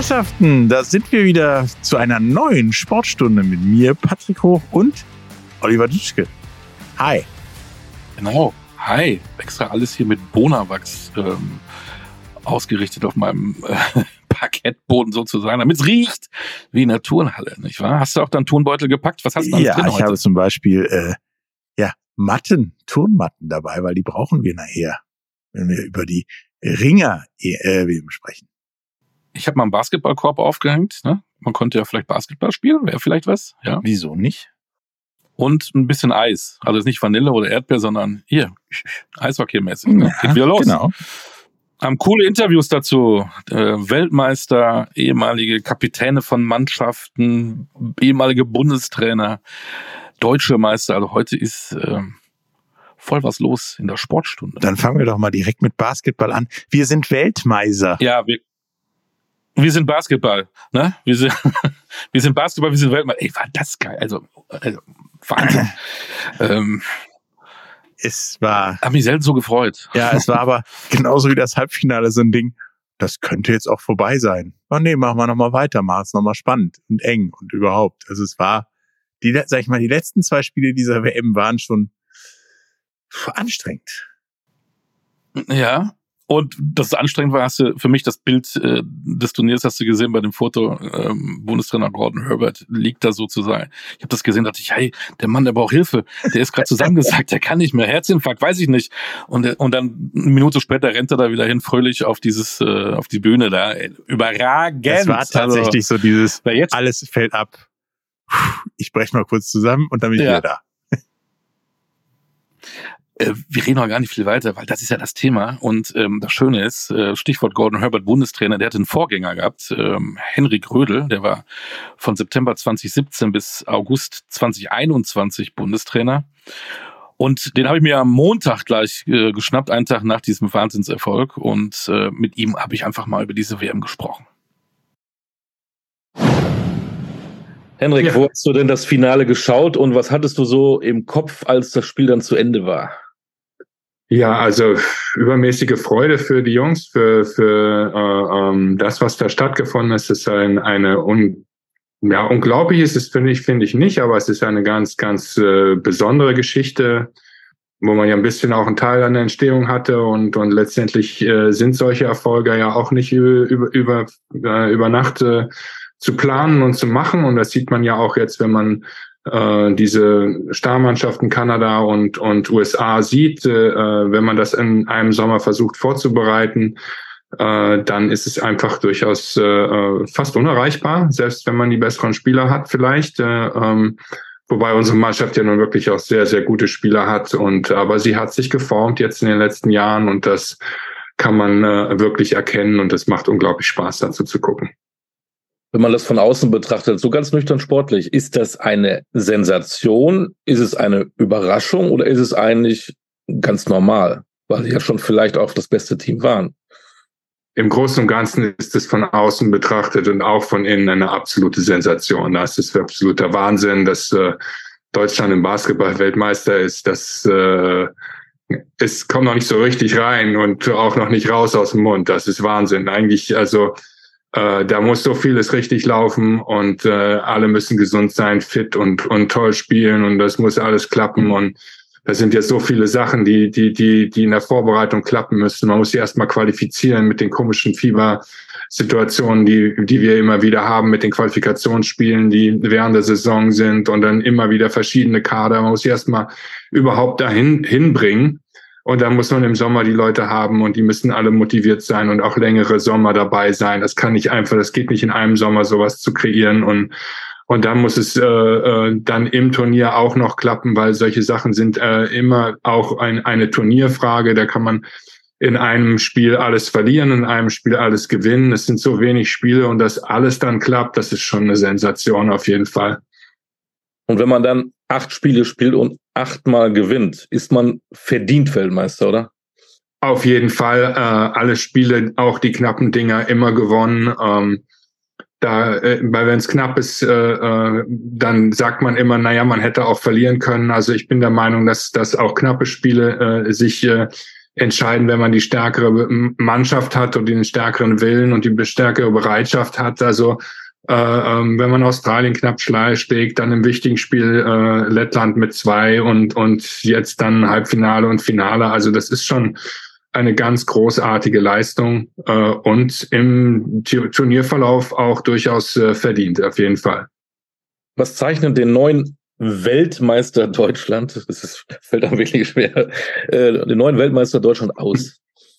Herrschaften, da sind wir wieder zu einer neuen Sportstunde mit mir, Patrick Hoch und Oliver Dütschke. Hi. Genau, hi. Extra alles hier mit Bonawachs ausgerichtet auf meinem Parkettboden sozusagen, damit es riecht wie in der Turnhalle, nicht wahr? Hast du auch deinen Turnbeutel gepackt? Was hast du alles drin heute? Ich habe zum Beispiel Turnmatten dabei, weil die brauchen wir nachher, wenn wir über die Ringer-WM sprechen. Ich habe mal einen Basketballkorb aufgehängt. Ne? Man konnte ja vielleicht Basketball spielen, wäre vielleicht was. Ja. Wieso nicht? Und ein bisschen Eis. Also nicht Vanille oder Erdbeer, sondern hier, Eishockey-mäßig. Ne? Geht wieder los. Genau. Haben coole Interviews dazu. Weltmeister, ehemalige Kapitäne von Mannschaften, ehemalige Bundestrainer, deutsche Meister. Also heute ist voll was los in der Sportstunde. Dann fangen wir doch mal direkt mit Basketball an. Wir sind Weltmeister. Ja, wir sind Basketball, ne? Wir sind Basketball, wir sind Weltmeister. Ey, war das geil. Also Wahnsinn. Es war... Hab mich selten so gefreut. Ja, es war aber genauso wie das Halbfinale so ein Ding, das könnte jetzt auch vorbei sein. Oh nee, machen wir nochmal weiter, machen es nochmal spannend und eng und überhaupt. Also es war, die letzten 2 Spiele dieser WM waren schon anstrengend. Ja. Und dass es anstrengend war, hast du für mich das Bild des Turniers hast du gesehen bei dem Foto. Bundestrainer Gordon Herbert liegt da sozusagen. Ich habe das gesehen, dachte ich, hey, der Mann, der braucht Hilfe. Der ist gerade zusammengesackt, der kann nicht mehr. Herzinfarkt, weiß ich nicht. Und dann eine Minute später rennt er da wieder hin, fröhlich auf die Bühne da. Überragend. Es war tatsächlich so dieses, alles fällt ab. Ich breche mal kurz zusammen und dann bin ich wieder da. Wir reden auch gar nicht viel weiter, weil das ist ja das Thema. Und das Schöne ist, Stichwort Gordon Herbert, Bundestrainer, der hatte einen Vorgänger gehabt, Henrik Rödel, der war von September 2017 bis August 2021 Bundestrainer. Und den habe ich mir am Montag gleich geschnappt, einen Tag nach diesem Wahnsinnserfolg. Und mit ihm habe ich einfach mal über diese WM gesprochen. Henrik, Wo hast du denn das Finale geschaut und was hattest du so im Kopf, als das Spiel dann zu Ende war? Ja, also übermäßige Freude für die Jungs, für das, was da stattgefunden ist. Es ist unglaublich ist es, finde ich nicht, aber es ist eine ganz, ganz besondere Geschichte, wo man ja ein bisschen auch einen Teil an der Entstehung hatte und letztendlich sind solche Erfolge ja auch nicht über Nacht zu planen und zu machen. Und das sieht man ja auch jetzt, wenn man diese Starmannschaften Kanada und USA sieht, wenn man das in einem Sommer versucht vorzubereiten, dann ist es einfach durchaus fast unerreichbar, selbst wenn man die besseren Spieler hat vielleicht. Wobei unsere Mannschaft ja nun wirklich auch sehr, sehr gute Spieler hat. Aber sie hat sich geformt jetzt in den letzten Jahren und das kann man wirklich erkennen und es macht unglaublich Spaß, dazu zu gucken. Wenn man das von außen betrachtet, so ganz nüchtern sportlich, ist das eine Sensation? Ist es eine Überraschung oder ist es eigentlich ganz normal, weil sie ja schon vielleicht auch das beste Team waren? Im Großen und Ganzen ist es von außen betrachtet und auch von innen eine absolute Sensation. Das ist absoluter Wahnsinn, dass Deutschland im Basketball Weltmeister ist. Es kommt noch nicht so richtig rein und auch noch nicht raus aus dem Mund. Das ist Wahnsinn. Eigentlich, da muss so vieles richtig laufen und alle müssen gesund sein, fit und toll spielen und das muss alles klappen und das sind jetzt so viele Sachen, die in der Vorbereitung klappen müssen. Man muss sie erstmal qualifizieren mit den komischen Fiebersituationen, die wir immer wieder haben mit den Qualifikationsspielen, die während der Saison sind und dann immer wieder verschiedene Kader. Man muss sie erstmal überhaupt dahin hinbringen. Und dann muss man im Sommer die Leute haben und die müssen alle motiviert sein und auch längere Sommer dabei sein. Das geht nicht in einem Sommer sowas zu kreieren und dann muss es dann im Turnier auch noch klappen, weil solche Sachen sind immer auch eine Turnierfrage. Da kann man in einem Spiel alles verlieren, in einem Spiel alles gewinnen. Es sind so wenig Spiele und dass alles dann klappt, das ist schon eine Sensation auf jeden Fall. Und wenn man dann 8 Spiele spielt und 8-mal gewinnt, ist man verdient Weltmeister, oder? Auf jeden Fall. Alle Spiele, auch die knappen Dinger, immer gewonnen. Weil wenn es knapp ist, dann sagt man immer, naja, man hätte auch verlieren können. Also ich bin der Meinung, dass auch knappe Spiele sich entscheiden, wenn man die stärkere Mannschaft hat und den stärkeren Willen und die stärkere Bereitschaft hat. Also wenn man Australien knapp schlägt, dann im wichtigen Spiel Lettland mit 2 und jetzt dann Halbfinale und Finale. Also das ist schon eine ganz großartige Leistung und im Turnierverlauf auch durchaus verdient, auf jeden Fall. Was zeichnet den neuen Weltmeister Deutschland, fällt einem wirklich schwer, den neuen Weltmeister Deutschland aus?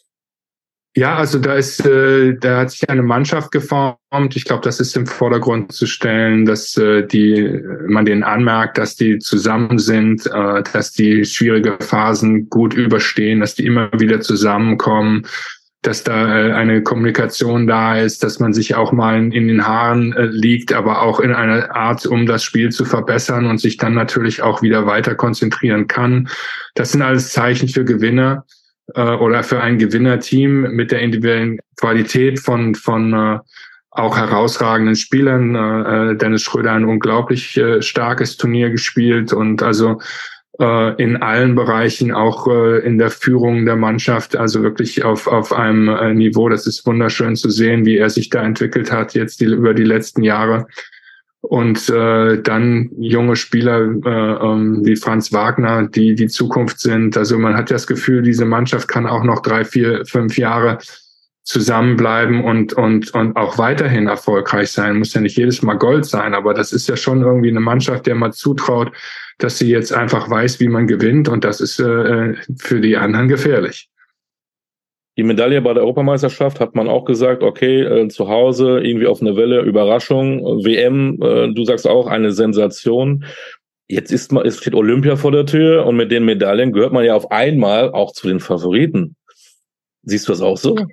Ja, also da hat sich eine Mannschaft geformt. Ich glaube, das ist im Vordergrund zu stellen, dass man denen anmerkt, dass die zusammen sind, dass die schwierige Phasen gut überstehen, dass die immer wieder zusammenkommen, dass da eine Kommunikation da ist, dass man sich auch mal in den Haaren liegt, aber auch in einer Art, um das Spiel zu verbessern und sich dann natürlich auch wieder weiter konzentrieren kann. Das sind alles Zeichen für Gewinner. Oder für ein Gewinnerteam mit der individuellen Qualität von auch herausragenden Spielern. Dennis Schröder ein unglaublich starkes Turnier gespielt und also in allen Bereichen, auch in der Führung der Mannschaft, also wirklich auf einem Niveau. Das ist wunderschön zu sehen, wie er sich da entwickelt hat jetzt über die letzten Jahre. Und dann junge Spieler wie Franz Wagner, die Zukunft sind. Also man hat das Gefühl, diese Mannschaft kann auch noch 3, 4, 5 Jahre zusammenbleiben und auch weiterhin erfolgreich sein. Muss ja nicht jedes Mal Gold sein, aber das ist ja schon irgendwie eine Mannschaft, der man zutraut, dass sie jetzt einfach weiß, wie man gewinnt. Und das ist für die anderen gefährlich. Die Medaille bei der Europameisterschaft hat man auch gesagt, okay, zu Hause irgendwie auf eine Welle, Überraschung, WM, du sagst auch eine Sensation. Jetzt steht Olympia vor der Tür und mit den Medaillen gehört man ja auf einmal auch zu den Favoriten. Siehst du das auch so?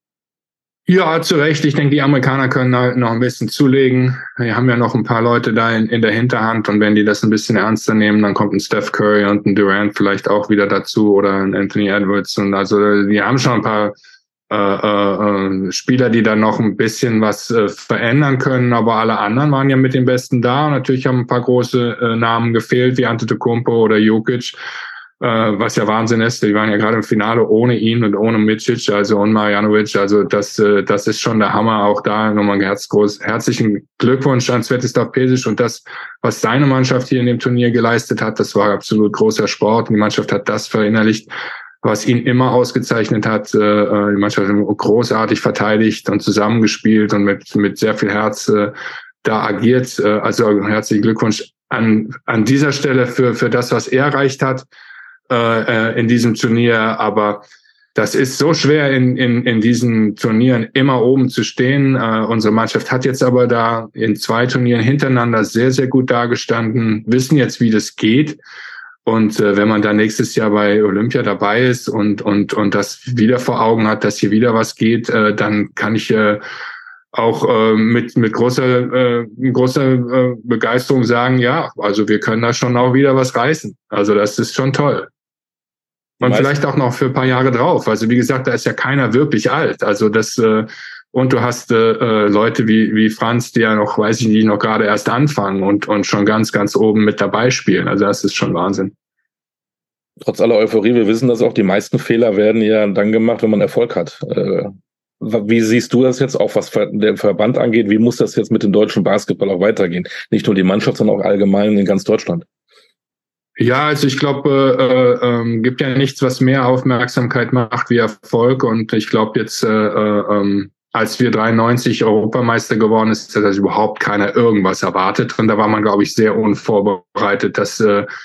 Ja, zu Recht. Ich denke, die Amerikaner können halt noch ein bisschen zulegen. Wir haben ja noch ein paar Leute da in der Hinterhand und wenn die das ein bisschen ernster nehmen, dann kommt ein Steph Curry und ein Durant vielleicht auch wieder dazu oder ein Anthony Edwards. Und also die haben schon ein paar Spieler, die da noch ein bisschen was verändern können, aber alle anderen waren ja mit den Besten da und natürlich haben ein paar große Namen gefehlt, wie Antetokounmpo oder Jokic. Was ja Wahnsinn ist, die waren ja gerade im Finale ohne ihn und ohne Micic, also und Marjanovic, also das ist schon der Hammer, auch da nochmal herzlichen Glückwunsch an Svetislav Pesic und das, was seine Mannschaft hier in dem Turnier geleistet hat, das war absolut großer Sport und die Mannschaft hat das verinnerlicht, was ihn immer ausgezeichnet hat. Die Mannschaft hat großartig verteidigt und zusammengespielt und mit sehr viel Herz da agiert, also herzlichen Glückwunsch an dieser Stelle für das, was er erreicht hat in diesem Turnier, aber das ist so schwer in diesen Turnieren immer oben zu stehen. Unsere Mannschaft hat jetzt aber da in 2 Turnieren hintereinander sehr, sehr gut dagestanden, wissen jetzt, wie das geht. Und wenn man da nächstes Jahr bei Olympia dabei ist und das wieder vor Augen hat, dass hier wieder was geht, dann kann ich auch mit großer Begeisterung sagen, ja, also wir können da schon auch wieder was reißen. Also das ist schon toll. Und vielleicht auch noch für ein paar Jahre drauf. Also wie gesagt, da ist ja keiner wirklich alt. Also und du hast Leute wie Franz, die ja noch, weiß ich nicht, noch gerade erst anfangen und schon ganz, ganz oben mit dabei spielen. Also das ist schon Wahnsinn. Trotz aller Euphorie, wir wissen, dass auch die meisten Fehler werden ja dann gemacht, wenn man Erfolg hat. Wie siehst du das jetzt, auch was der Verband angeht? Wie muss das jetzt mit dem deutschen Basketball auch weitergehen? Nicht nur die Mannschaft, sondern auch allgemein in ganz Deutschland. Ja, also ich glaube, gibt ja nichts, was mehr Aufmerksamkeit macht wie Erfolg. Und ich glaube jetzt, als wir 93 Europameister geworden ist, hat das überhaupt keiner irgendwas erwartet. Und da war man, glaube ich, sehr unvorbereitet, dass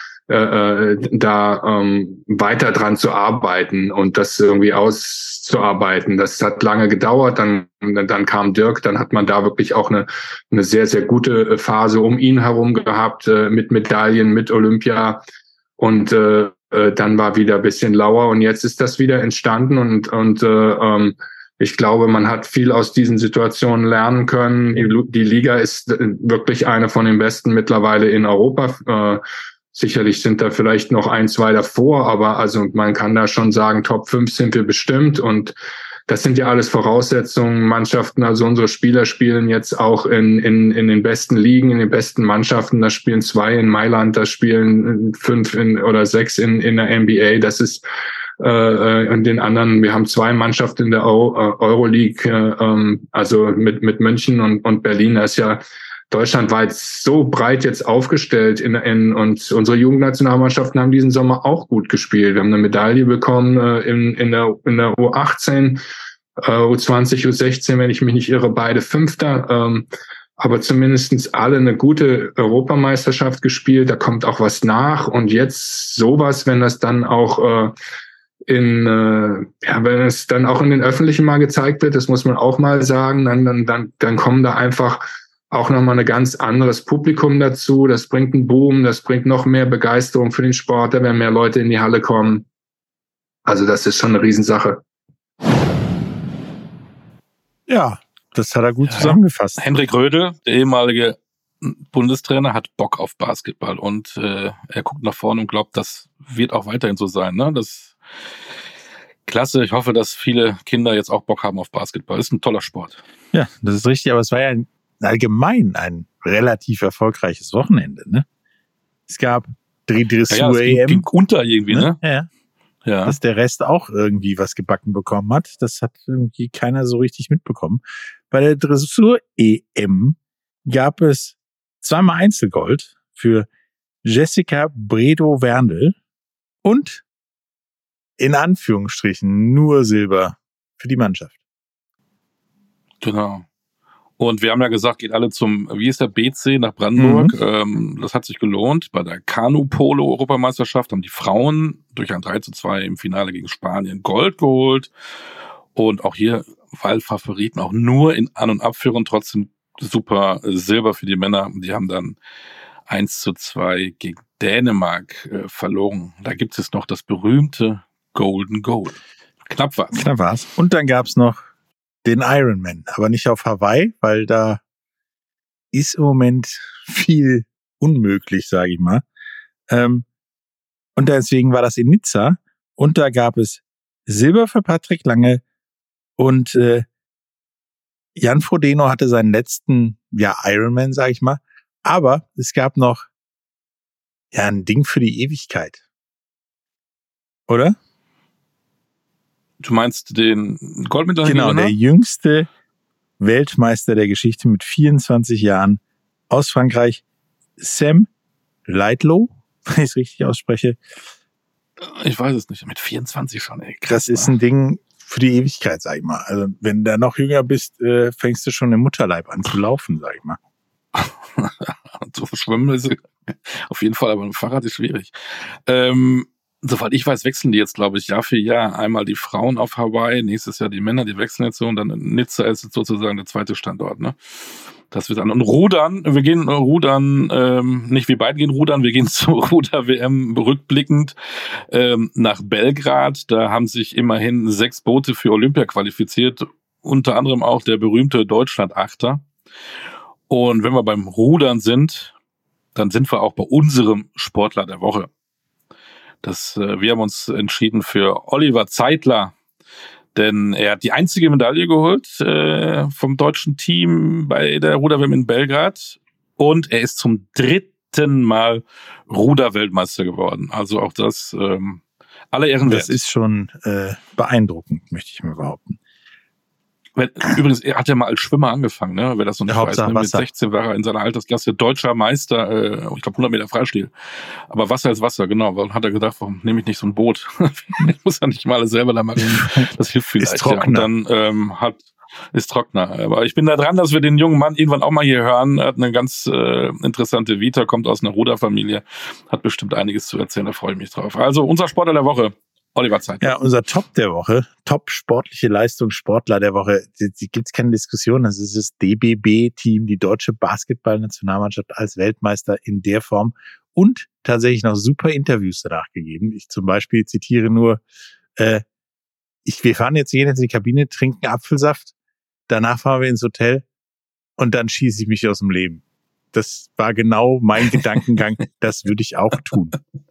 da weiter dran zu arbeiten und das irgendwie auszuarbeiten. Das hat lange gedauert, dann kam Dirk, dann hat man da wirklich auch eine sehr, sehr gute Phase um ihn herum gehabt, mit Medaillen, mit Olympia und dann war wieder ein bisschen lauer und jetzt ist das wieder entstanden und ich glaube, man hat viel aus diesen Situationen lernen können. Die Liga ist wirklich eine von den besten mittlerweile in Europa. Sicherlich sind da vielleicht noch 1, 2 davor, aber also man kann da schon sagen, Top 5 sind wir bestimmt und das sind ja alles Voraussetzungen. Mannschaften, also unsere Spieler spielen jetzt auch in den besten Ligen, in den besten Mannschaften. Da spielen 2 in Mailand, da spielen 5 oder 6 in der NBA. Das ist und den anderen, wir haben 2 Mannschaften in der Euroleague, also mit München und Berlin. Da ist ja deutschlandweit so breit jetzt aufgestellt und unsere Jugendnationalmannschaften haben diesen Sommer auch gut gespielt. Wir haben eine Medaille bekommen in der U18, U20, U16, wenn ich mich nicht irre, beide Fünfter. Aber zumindestens alle eine gute Europameisterschaft gespielt. Da kommt auch was nach. Und jetzt sowas, wenn das dann auch wenn es dann auch in den Öffentlichen mal gezeigt wird, das muss man auch mal sagen, dann kommen da einfach auch nochmal ein ganz anderes Publikum dazu. Das bringt einen Boom, das bringt noch mehr Begeisterung für den Sport, da werden mehr Leute in die Halle kommen. Also das ist schon eine Riesensache. Ja, das hat er gut zusammengefasst. Henrik Rödel, der ehemalige Bundestrainer, hat Bock auf Basketball und er guckt nach vorne und glaubt, das wird auch weiterhin so sein. Ne? Das ist klasse. Ich hoffe, dass viele Kinder jetzt auch Bock haben auf Basketball. Das ist ein toller Sport. Ja, das ist richtig, aber es war ja allgemein ein relativ erfolgreiches Wochenende, ne? Es gab Dressur-EM. Ging unter irgendwie, ne? Ja. Dass der Rest auch irgendwie was gebacken bekommen hat, das hat irgendwie keiner so richtig mitbekommen. Bei der Dressur-EM gab es 2-mal Einzelgold für Jessica Bredow-Werndl und in Anführungsstrichen nur Silber für die Mannschaft. Genau. Und wir haben ja gesagt, geht alle zum, wie ist der, BC nach Brandenburg. Das hat sich gelohnt. Bei der Kanu-Polo-Europameisterschaft haben die Frauen durch ein 3:2 im Finale gegen Spanien Gold geholt. Und auch hier, weil Favoriten auch nur in An- und Abführung, trotzdem super Silber für die Männer. Die haben dann 1:2 gegen Dänemark verloren. Da gibt es noch das berühmte Golden Goal. Knapp war's. Und dann gab's noch den Ironman, aber nicht auf Hawaii, weil da ist im Moment viel unmöglich, sage ich mal. Und deswegen war das in Nizza und da gab es Silber für Patrick Lange und Jan Frodeno hatte seinen letzten Ironman, sage ich mal. Aber es gab noch ein Ding für die Ewigkeit. Oder? Du meinst den Goldmedaillengewinner? Genau, der jüngste Weltmeister der Geschichte mit 24 Jahren aus Frankreich, Sam Laidlow, wenn ich es richtig ausspreche. Ich weiß es nicht, mit 24 schon, ey. Krass, das ist ein Ding für die Ewigkeit, sag ich mal. Also wenn du noch jünger bist, fängst du schon im Mutterleib an zu laufen, sag ich mal. Zu schwimmen ist auf jeden Fall, aber ein Fahrrad ist schwierig. Soweit ich weiß, wechseln die jetzt, glaube ich, Jahr für Jahr. Einmal die Frauen auf Hawaii, nächstes Jahr die Männer, die wechseln jetzt so. Und dann Nizza ist jetzt sozusagen der zweite Standort, ne? Das wird an. Und Rudern, wir gehen rudern, nicht wir beide gehen rudern, wir gehen zur Ruder-WM rückblickend nach Belgrad. Da haben sich immerhin 6 Boote für Olympia qualifiziert, unter anderem auch der berühmte Deutschland-Achter. Und wenn wir beim Rudern sind, dann sind wir auch bei unserem Sportler der Woche. Wir haben uns entschieden für Oliver Zeitler, denn er hat die einzige Medaille geholt vom deutschen Team bei der Ruder-WM in Belgrad und er ist zum 3. Mal Ruder-Weltmeister geworden. Also auch das aller Ehren wert. Das ist schon beeindruckend, möchte ich mal behaupten. Übrigens, er hat ja mal als Schwimmer angefangen, ne? Wer das noch nicht weiß. Ne? Mit 16 war er in seiner Altersklasse deutscher Meister, ich glaube 100 Meter Freistil. Aber Wasser ist Wasser, genau. Weil hat er gedacht, warum nehme ich nicht so ein Boot? Ich muss ja nicht mal alles selber da machen. Das hilft vielleicht. Ist trockener. Ja. Und dann ist trockener. Aber ich bin da dran, dass wir den jungen Mann irgendwann auch mal hier hören. Er hat eine ganz interessante Vita, kommt aus einer Ruderfamilie, hat bestimmt einiges zu erzählen, da freue ich mich drauf. Also unser Sportler der Woche. Oliver Zeitler. Ja, unser Top der Woche, Top sportliche Leistungssportler der Woche, die gibt's keine Diskussion, das ist das DBB-Team, die deutsche Basketballnationalmannschaft als Weltmeister in der Form und tatsächlich noch super Interviews danach gegeben. Ich zum Beispiel zitiere nur, wir gehen jetzt in die Kabine, trinken Apfelsaft, danach fahren wir ins Hotel und dann schieße ich mich aus dem Leben. Das war genau mein Gedankengang, das würde ich auch tun.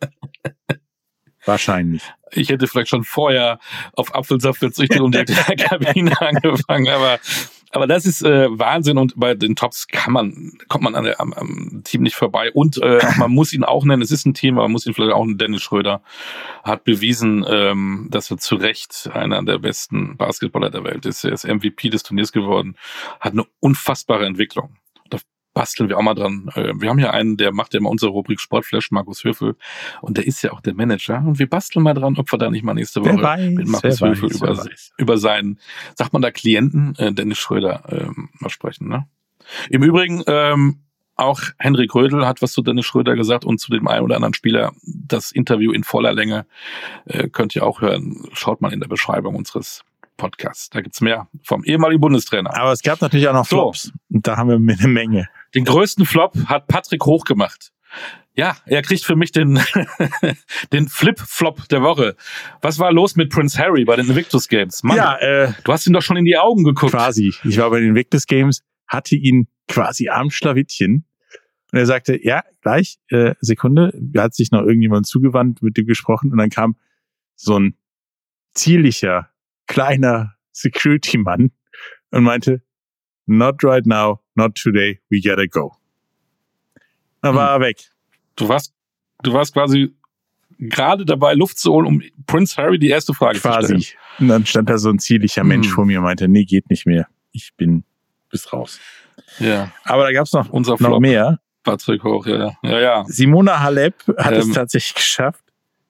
Wahrscheinlich. Ich hätte vielleicht schon vorher auf Apfelsaft verzichtet und in der Kabine angefangen, aber Aber das ist Wahnsinn und bei den Tops kommt man am Team nicht vorbei und man muss ihn auch nennen, es ist ein Team, aber man muss ihn vielleicht auch nennen. Dennis Schröder hat bewiesen, dass er zu Recht einer der besten Basketballer der Welt ist. Er ist MVP des Turniers geworden, hat eine unfassbare Entwicklung. Da basteln wir auch mal dran. Wir haben hier einen, der macht ja immer unsere Rubrik Sportflash, Markus Höfel, und der ist ja auch der Manager. Und wir basteln mal dran, ob wir da nicht mal nächste Woche mit Markus Höfel über seinen, sagt man da, Klienten, Dennis Schröder, mal sprechen. Ne? Im Übrigen, auch Henrik Rödel hat was zu Dennis Schröder gesagt und zu dem einen oder anderen Spieler. Das Interview in voller Länge könnt ihr auch hören. Schaut mal in der Beschreibung unseres Podcasts. Da gibt's mehr vom ehemaligen Bundestrainer. Aber es gab natürlich auch noch Flops. Und da haben wir eine Menge. Den größten Flop hat Patrick Hoch gemacht. Ja, er kriegt für mich den Flip-Flop der Woche. Was war los mit Prince Harry bei den Invictus Games? Mann, ja, du hast ihm doch schon in die Augen geguckt. Quasi. Ich war bei den Invictus Games, hatte ihn quasi am Schlawittchen. Und er sagte, ja, gleich, Sekunde. Er hat sich noch irgendjemand zugewandt, mit dem gesprochen. Und dann kam so ein zierlicher, kleiner Security-Mann und meinte, not right now, not today, we gotta go. Dann war er weg. Du warst quasi gerade dabei, Luft zu holen, um Prince Harry die erste Frage zu stellen. Quasi. Und dann stand da so ein zierlicher Mensch vor mir und meinte, nee, geht nicht mehr. Ich bin bis raus. Ja. Aber da gab's noch Flop. Mehr. Patrick Hoch, ja. Simona Halep hat es tatsächlich geschafft,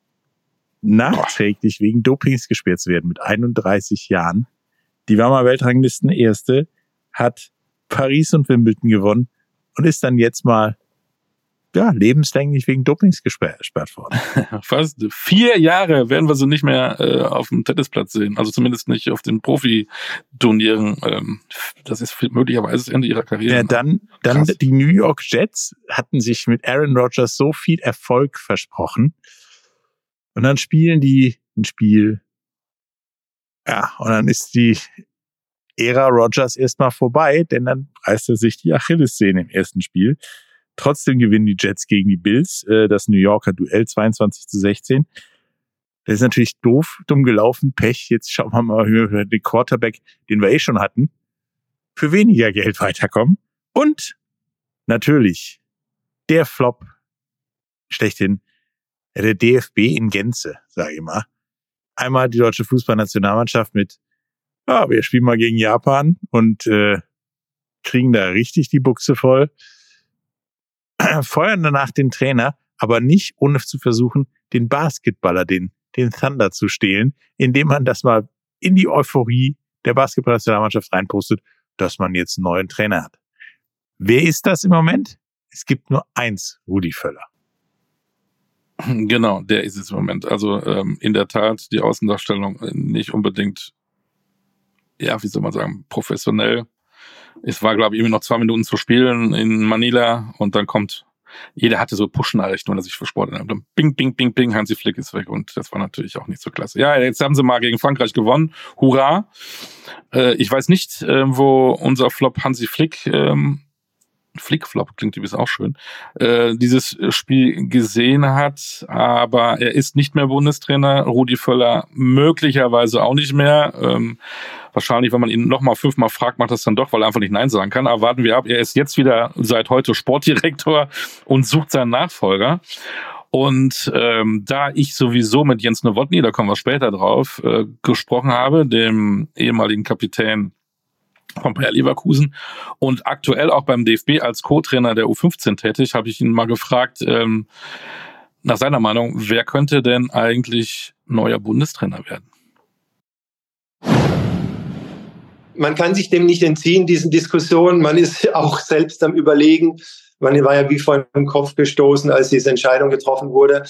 nachträglich wegen Dopings gesperrt zu werden mit 31 Jahren. Die war mal Weltranglisten-Erste, hat Paris und Wimbledon gewonnen und ist dann jetzt mal lebenslänglich wegen Dopings gesperrt worden. Fast 4 Jahre werden wir sie nicht mehr auf dem Tennisplatz sehen. Also zumindest nicht auf den Profiturnieren. Das ist möglicherweise das Ende ihrer Karriere. Ja, dann die New York Jets hatten sich mit Aaron Rodgers so viel Erfolg versprochen. Und dann spielen die ein Spiel. Ja, und dann ist die Ära Rodgers erstmal vorbei, denn dann reißt er sich die Achillessehne im ersten Spiel. Trotzdem gewinnen die Jets gegen die Bills, das New Yorker Duell 22-16. Das ist natürlich dumm gelaufen, Pech. Jetzt schauen wir mal über den Quarterback, den wir schon hatten, für weniger Geld weiterkommen. Und natürlich der Flop schlechthin, der DFB in Gänze, sage ich mal. Einmal die deutsche Fußballnationalmannschaft mit, wir spielen mal gegen Japan und kriegen da richtig die Buchse voll. Feuern danach den Trainer, aber nicht ohne zu versuchen, den Basketballer, den Thunder zu stehlen, indem man das mal in die Euphorie der Basketball-Nationalmannschaft reinpostet, dass man jetzt einen neuen Trainer hat. Wer ist das im Moment? Es gibt nur eins, Rudi Völler. Genau, der ist es im Moment. Also in der Tat die Außendarstellung nicht unbedingt, wie soll man sagen, professionell. Es war, glaube ich, irgendwie noch 2 Minuten zu spielen in Manila und dann jeder hatte so Push-Nachrichten, wenn er sich für Sport erinnert. Und bing, bing, bing, bing, Hansi Flick ist weg und das war natürlich auch nicht so klasse. Ja, jetzt haben sie mal gegen Frankreich gewonnen. Hurra! Ich weiß nicht, wo unser Flop Hansi Flick, Flick-Flop klingt übrigens auch schön, dieses Spiel gesehen hat, aber er ist nicht mehr Bundestrainer, Rudi Völler möglicherweise auch nicht mehr. Wahrscheinlich, wenn man ihn nochmal 5-mal fragt, macht das dann doch, weil er einfach nicht Nein sagen kann. Aber warten wir ab, er ist jetzt wieder seit heute Sportdirektor und sucht seinen Nachfolger. Und da ich sowieso mit Jens Nowotny, da kommen wir später drauf, gesprochen habe, dem ehemaligen Kapitän von Bayer Leverkusen und aktuell auch beim DFB als Co-Trainer der U15 tätig, habe ich ihn mal gefragt, nach seiner Meinung, wer könnte denn eigentlich neuer Bundestrainer werden? Man kann sich dem nicht entziehen, diesen Diskussionen. Man ist auch selbst am Überlegen. Man war ja wie vor den Kopf gestoßen, als diese Entscheidung getroffen wurde.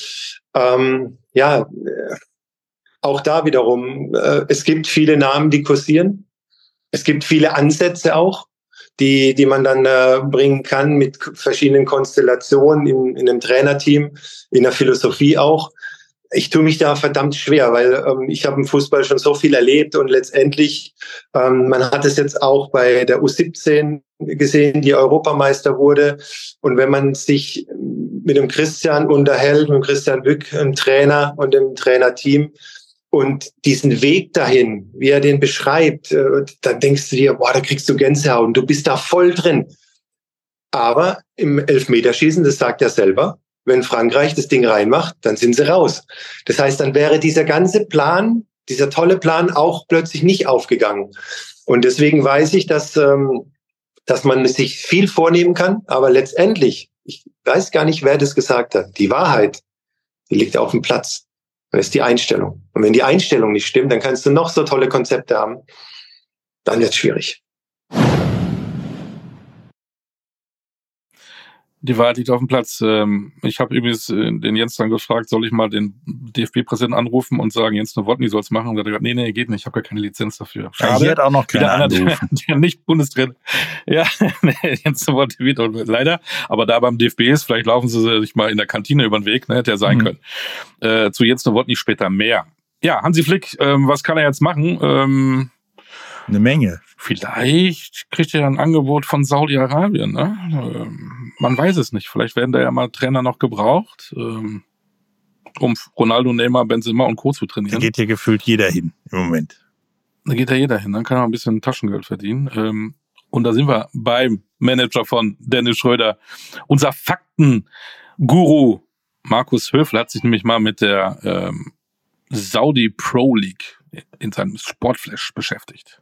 Auch da wiederum, es gibt viele Namen, die kursieren. Es gibt viele Ansätze auch, die man dann bringen kann mit verschiedenen Konstellationen in einem Trainerteam, in der Philosophie auch. Ich tue mich da verdammt schwer, weil ich habe im Fußball schon so viel erlebt und letztendlich, man hat es jetzt auch bei der U17 gesehen, die Europameister wurde. Und wenn man sich mit dem Christian unterhält, mit dem Christian Wück, einem Trainer und dem Trainerteam, Und diesen Weg dahin, wie er den beschreibt, dann denkst du dir, boah, da kriegst du Gänsehaut und du bist da voll drin. Aber im Elfmeterschießen, das sagt er selber, wenn Frankreich das Ding reinmacht, dann sind sie raus. Das heißt, dann wäre dieser ganze Plan, dieser tolle Plan auch plötzlich nicht aufgegangen. Und deswegen weiß ich, dass man sich viel vornehmen kann, aber letztendlich, ich weiß gar nicht, wer das gesagt hat, die Wahrheit, die liegt auf dem Platz. Das ist die Einstellung. Und wenn die Einstellung nicht stimmt, dann kannst du noch so tolle Konzepte haben, dann wird es schwierig. Die Wahrheit liegt auf dem Platz. Ich habe übrigens den Jens dann gefragt, soll ich mal den DFB-Präsidenten anrufen und sagen, Jens Nowotny soll es machen? Und er hat gesagt, nee, geht nicht, ich habe gar keine Lizenz dafür. Schade. Hier hat auch noch keiner angerufen. Der nicht Bundestrainer. Ja, Jens Nowotny wird leider. Aber da beim DFB ist, vielleicht laufen sie sich mal in der Kantine über den Weg, ne, hätte ja sein können. Zu Jens Nowotny später mehr. Ja, Hansi Flick, was kann er jetzt machen? Eine Menge. Vielleicht kriegt er ein Angebot von Saudi-Arabien. Ne? Man weiß es nicht. Vielleicht werden da ja mal Trainer noch gebraucht, um Ronaldo, Neymar, Benzema und Co. zu trainieren. Da geht hier gefühlt jeder hin im Moment. Da geht ja jeder hin. Dann kann er ein bisschen Taschengeld verdienen. Und da sind wir beim Manager von Dennis Schröder. Unser Fakten-Guru Markus Höfl hat sich nämlich mal mit der Saudi Pro League in seinem Sportflash beschäftigt.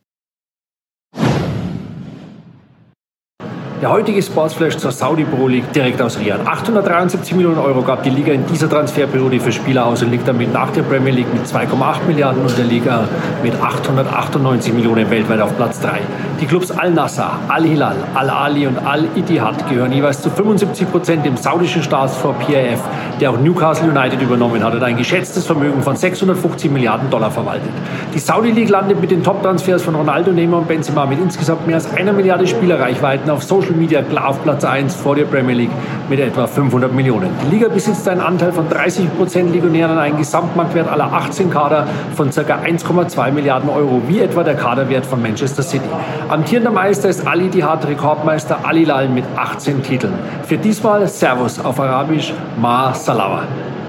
Der heutige Sportsflash zur Saudi Pro League direkt aus Riyadh. 873 Millionen Euro gab die Liga in dieser Transferperiode für Spieler aus und liegt damit nach der Premier League mit 2,8 Milliarden und der Liga mit 898 Millionen weltweit auf Platz 3. Die Clubs Al-Nassr, Al-Hilal, Al-Ali und Al-Ittihad gehören jeweils zu 75% dem saudischen Staatsfonds PIF, der auch Newcastle United übernommen hat und ein geschätztes Vermögen von 650 Milliarden Dollar verwaltet. Die Saudi League landet mit den Top-Transfers von Ronaldo, Neymar und Benzema mit insgesamt mehr als 1 Milliarde Spielerreichweiten auf Social Media klar auf Platz 1 vor der Premier League mit etwa 500 Millionen. Die Liga besitzt einen Anteil von 30% Legionären an einen Gesamtmarktwert aller 18 Kader von ca. 1,2 Milliarden Euro, wie etwa der Kaderwert von Manchester City. Amtierender Meister ist Al-Ittihad, Rekordmeister Al-Hilal mit 18 Titeln. Für diesmal Servus auf Arabisch, Ma Salawa.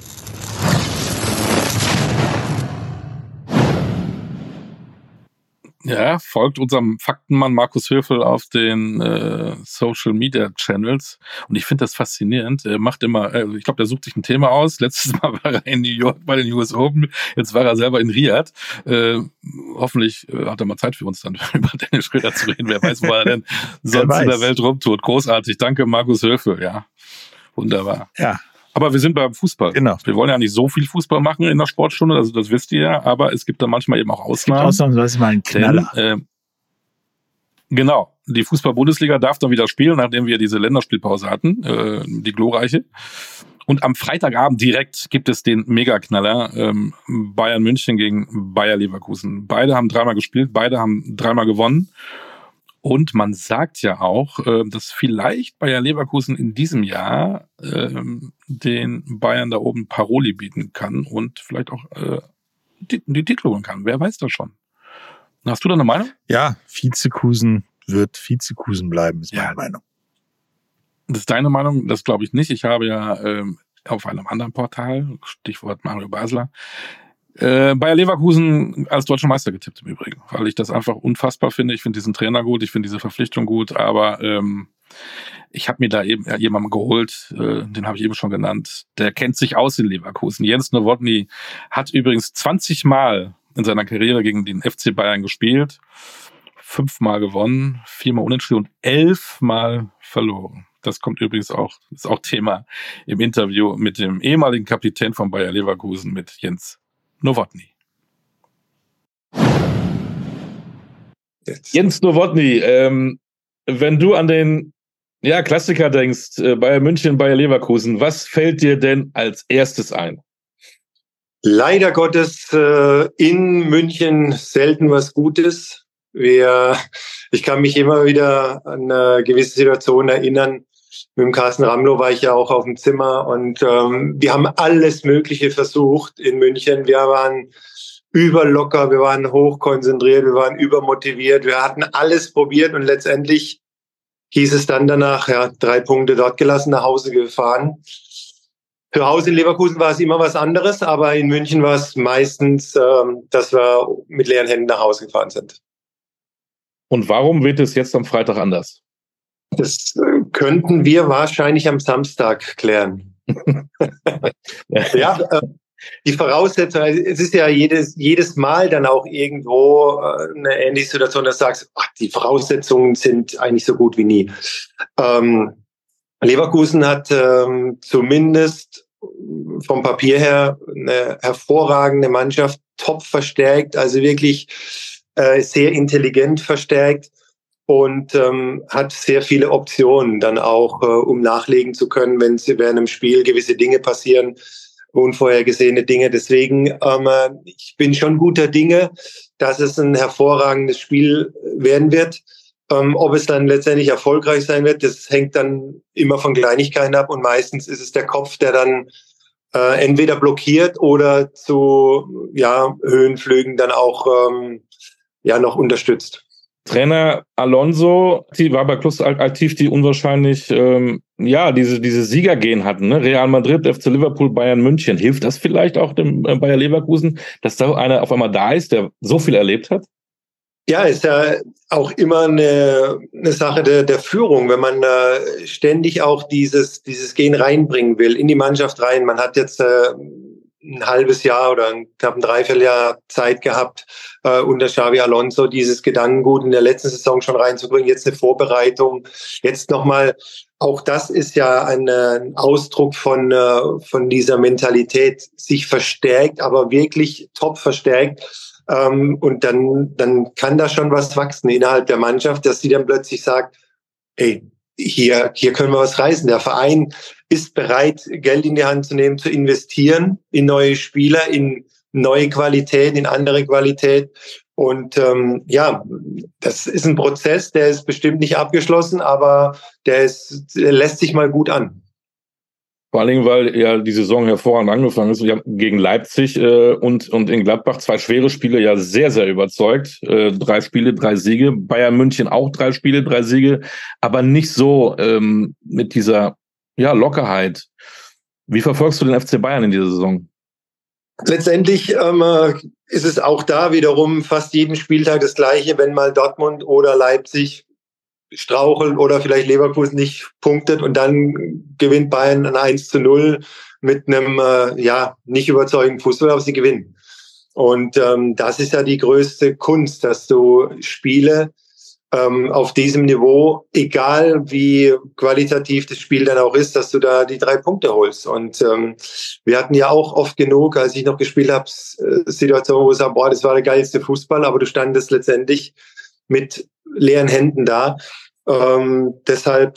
Ja, folgt unserem Faktenmann Markus Höfl auf den Social Media Channels. Und ich finde das faszinierend. Er macht immer, ich glaube, der sucht sich ein Thema aus. Letztes Mal war er in New York bei den US Open. Jetzt war er selber in Riyadh. Hoffentlich hat er mal Zeit für uns dann über Dennis Schröder zu reden. Wer weiß, wo er denn sonst in der Welt rumtut. Großartig. Danke, Markus Höfl. Ja, wunderbar. Ja. Aber wir sind beim Fußball. Genau. Wir wollen ja nicht so viel Fußball machen in der Sportstunde, also das wisst ihr ja, aber es gibt da manchmal eben auch Ausnahmen. Ausnahmsweise mal einen Knaller. Denn, genau, die Fußball-Bundesliga darf dann wieder spielen, nachdem wir diese Länderspielpause hatten, die glorreiche. Und am Freitagabend direkt gibt es den Megaknaller, Bayern München gegen Bayer Leverkusen. Beide haben 3-mal gespielt, beide haben 3-mal gewonnen. Und man sagt ja auch, dass vielleicht Bayer Leverkusen in diesem Jahr den Bayern da oben Paroli bieten kann und vielleicht auch die Titel holen kann. Wer weiß das schon? Hast du da eine Meinung? Ja, Vizekusen wird Vizekusen bleiben, ist meine Meinung. Das ist deine Meinung? Das glaube ich nicht. Ich habe ja auf einem anderen Portal, Stichwort Mario Basler, Bayer Leverkusen als deutscher Meister getippt im Übrigen, weil ich das einfach unfassbar finde. Ich finde diesen Trainer gut, ich finde diese Verpflichtung gut, aber ich habe mir da eben jemanden geholt, den habe ich eben schon genannt, der kennt sich aus in Leverkusen. Jens Nowotny hat übrigens 20 Mal in seiner Karriere gegen den FC Bayern gespielt, 5-mal gewonnen, 4-mal unentschieden und 11-mal verloren. Das kommt übrigens auch, ist auch Thema im Interview mit dem ehemaligen Kapitän von Bayer Leverkusen, mit Jens Nowotny. Jens Nowotny, wenn du an den Klassiker denkst, Bayern München, Bayer Leverkusen, was fällt dir denn als erstes ein? Leider Gottes in München selten was Gutes. Ich kann mich immer wieder an eine gewisse Situation erinnern. Mit dem Carsten Ramlow war ich ja auch auf dem Zimmer und wir haben alles Mögliche versucht in München. Wir waren überlocker, wir waren hochkonzentriert, wir waren übermotiviert, wir hatten alles probiert und letztendlich hieß es dann danach, 3 Punkte dort gelassen, nach Hause gefahren. Zu Hause in Leverkusen war es immer was anderes, aber in München war es meistens, dass wir mit leeren Händen nach Hause gefahren sind. Und warum wird es jetzt am Freitag anders? Das könnten wir wahrscheinlich am Samstag klären. Ja, die Voraussetzung, es ist ja jedes Mal dann auch irgendwo eine ähnliche Situation, dass du sagst, die Voraussetzungen sind eigentlich so gut wie nie. Leverkusen hat zumindest vom Papier her eine hervorragende Mannschaft, top verstärkt, also wirklich sehr intelligent verstärkt und hat sehr viele Optionen dann auch, um nachlegen zu können, wenn sie während einem Spiel gewisse Dinge passieren, unvorhergesehene Dinge. Deswegen, ich bin schon guter Dinge, dass es ein hervorragendes Spiel werden wird. Ob es dann letztendlich erfolgreich sein wird, das hängt dann immer von Kleinigkeiten ab und meistens ist es der Kopf, der dann entweder blockiert oder zu Höhenflügen dann auch noch unterstützt. Trainer Alonso, die war bei Klus aktiv, die unwahrscheinlich diese Siegergehen hatten, ne? Real Madrid, FC Liverpool, Bayern München. Hilft das vielleicht auch dem Bayer Leverkusen, dass da einer auf einmal da ist, der so viel erlebt hat? Ja, ist ja auch immer eine Sache der Führung, wenn man ständig auch dieses Gen reinbringen will, in die Mannschaft rein. Man hat jetzt ein halbes Jahr oder knapp ein Dreivierteljahr Zeit gehabt, unter Xabi Alonso dieses Gedankengut in der letzten Saison schon reinzubringen. Jetzt eine Vorbereitung. Jetzt nochmal, auch das ist ja ein Ausdruck von dieser Mentalität, sich verstärkt, aber wirklich top verstärkt. Und dann kann da schon was wachsen innerhalb der Mannschaft, dass sie dann plötzlich sagt, ey, hier können wir was reißen. Der Verein ist bereit, Geld in die Hand zu nehmen, zu investieren in neue Spieler, in neue Qualität, in andere Qualität. Und das ist ein Prozess, der ist bestimmt nicht abgeschlossen, aber der lässt sich mal gut an. Vor allen Dingen, weil ja die Saison hervorragend angefangen ist. Wir haben gegen Leipzig und in Gladbach 2 schwere Spiele ja sehr, sehr überzeugt. 3 Spiele, 3 Siege. Bayern München auch 3 Spiele, 3 Siege. Aber nicht so mit dieser Lockerheit. Wie verfolgst du den FC Bayern in dieser Saison? Letztendlich ist es auch da wiederum fast jeden Spieltag das Gleiche, wenn mal Dortmund oder Leipzig straucheln oder vielleicht Leverkusen nicht punktet und dann gewinnt Bayern ein 1:0 mit einem nicht überzeugenden Fußball, aber sie gewinnen. Und das ist ja die größte Kunst, dass du Spiele auf diesem Niveau, egal wie qualitativ das Spiel dann auch ist, dass du da die 3 Punkte holst. Und wir hatten ja auch oft genug, als ich noch gespielt habe, Situationen, wo ich sage, das war der geilste Fußball, aber du standest letztendlich mit leeren Händen da. Deshalb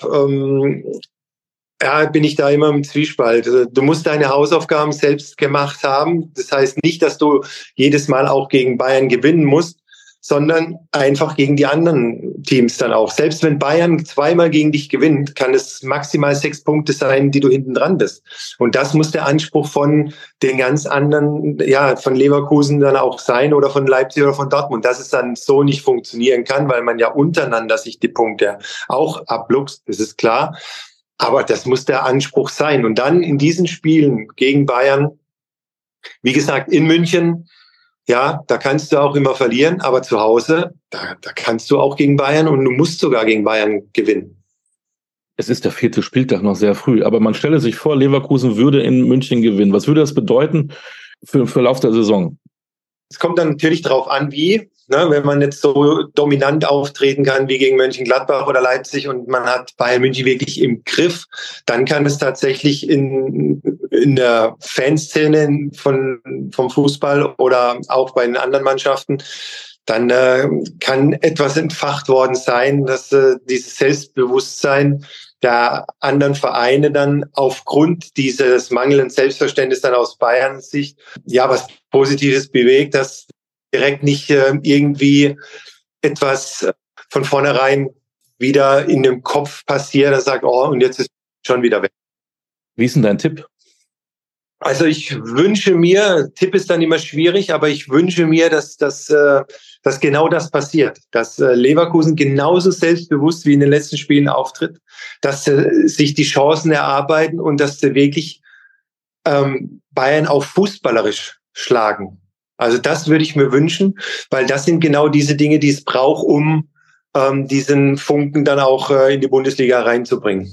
bin ich da immer im Zwiespalt. Du musst deine Hausaufgaben selbst gemacht haben. Das heißt nicht, dass du jedes Mal auch gegen Bayern gewinnen musst, sondern einfach gegen die anderen Teams dann auch. Selbst wenn Bayern 2-mal gegen dich gewinnt, kann es maximal 6 Punkte sein, die du hinten dran bist. Und das muss der Anspruch von den ganz anderen, von Leverkusen dann auch sein oder von Leipzig oder von Dortmund, dass es dann so nicht funktionieren kann, weil man ja untereinander sich die Punkte auch abluchst, das ist klar. Aber das muss der Anspruch sein. Und dann in diesen Spielen gegen Bayern, wie gesagt, in München, da kannst du auch immer verlieren, aber zu Hause, da kannst du auch gegen Bayern und du musst sogar gegen Bayern gewinnen. Es ist der 4. Spieltag, noch sehr früh, aber man stelle sich vor, Leverkusen würde in München gewinnen. Was würde das bedeuten für Lauf der Saison? Es kommt dann natürlich darauf an, wie. Wenn man jetzt so dominant auftreten kann wie gegen Mönchengladbach oder Leipzig und man hat Bayern München wirklich im Griff, dann kann es tatsächlich in der Fanszene vom Fußball oder auch bei den anderen Mannschaften, dann kann etwas entfacht worden sein, dass dieses Selbstbewusstsein der anderen Vereine dann aufgrund dieses mangelnden Selbstverständnisses dann aus Bayerns Sicht was Positives bewegt, dass direkt nicht irgendwie etwas von vornherein wieder in dem Kopf passiert, er sagt, und jetzt ist schon wieder weg. Wie ist denn dein Tipp? Also ich wünsche mir, Tipp ist dann immer schwierig, aber ich wünsche mir, dass genau das passiert, dass Leverkusen genauso selbstbewusst wie in den letzten Spielen auftritt, dass sich die Chancen erarbeiten und dass sie wirklich Bayern auch fußballerisch schlagen. Also das würde ich mir wünschen, weil das sind genau diese Dinge, die es braucht, um diesen Funken dann auch in die Bundesliga reinzubringen.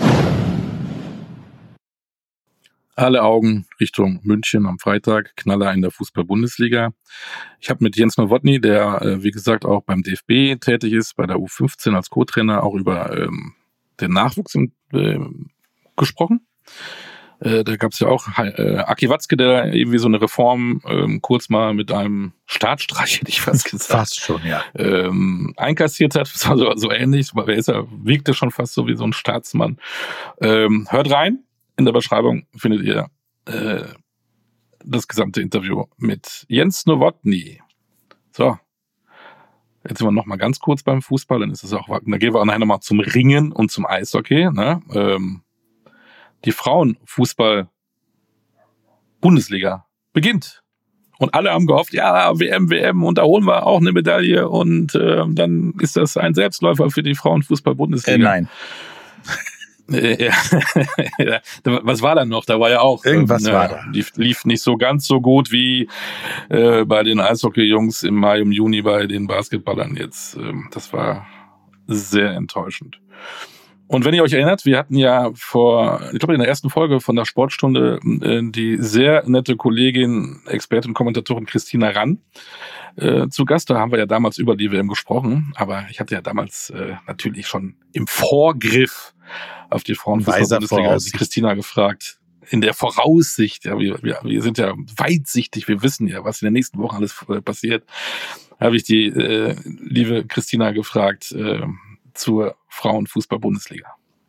Alle Augen Richtung München am Freitag, Knaller in der Fußball-Bundesliga. Ich habe mit Jens Nowotny, der wie gesagt auch beim DFB tätig ist, bei der U15 als Co-Trainer, auch über den Nachwuchs gesprochen. Da gab es ja auch Aki Watzke, der irgendwie so eine Reform kurz mal mit einem Staatsstreich, hätte ich fast gesagt. Fast schon, ja. Einkassiert hat, das war so ähnlich, aber wirkte schon fast so wie so ein Staatsmann. Hört rein, in der Beschreibung findet ihr das gesamte Interview mit Jens Nowotny. So, jetzt sind wir noch mal ganz kurz beim Fußball, dann ist es auch, dann gehen wir auch nachher noch mal zum Ringen und zum Eishockey, ne? Die Frauenfußball-Bundesliga beginnt. Und alle haben gehofft, ja, WM, und da holen wir auch eine Medaille und dann ist das ein Selbstläufer für die Frauenfußball-Bundesliga. Nein. Ja. Was war dann noch? Da war ja auch irgendwas war da. Lief nicht so ganz so gut wie bei den Eishockey-Jungs im Mai, im Juni bei den Basketballern jetzt. Das war sehr enttäuschend. Und wenn ihr euch erinnert, wir hatten ja ich glaube in der ersten Folge von der Sportstunde die sehr nette Kollegin, Expertin, Kommentatorin Christina Rann zu Gast. Da haben wir ja damals über die WM gesprochen, aber ich hatte ja damals natürlich schon im Vorgriff auf die Frauenfußball-Bundesliga die Christina gefragt. In der Voraussicht, ja, wir sind ja weitsichtig, wir wissen ja, was in der nächsten Woche alles passiert, habe ich die liebe Christina gefragt zur Frauenfußball-Bundesliga.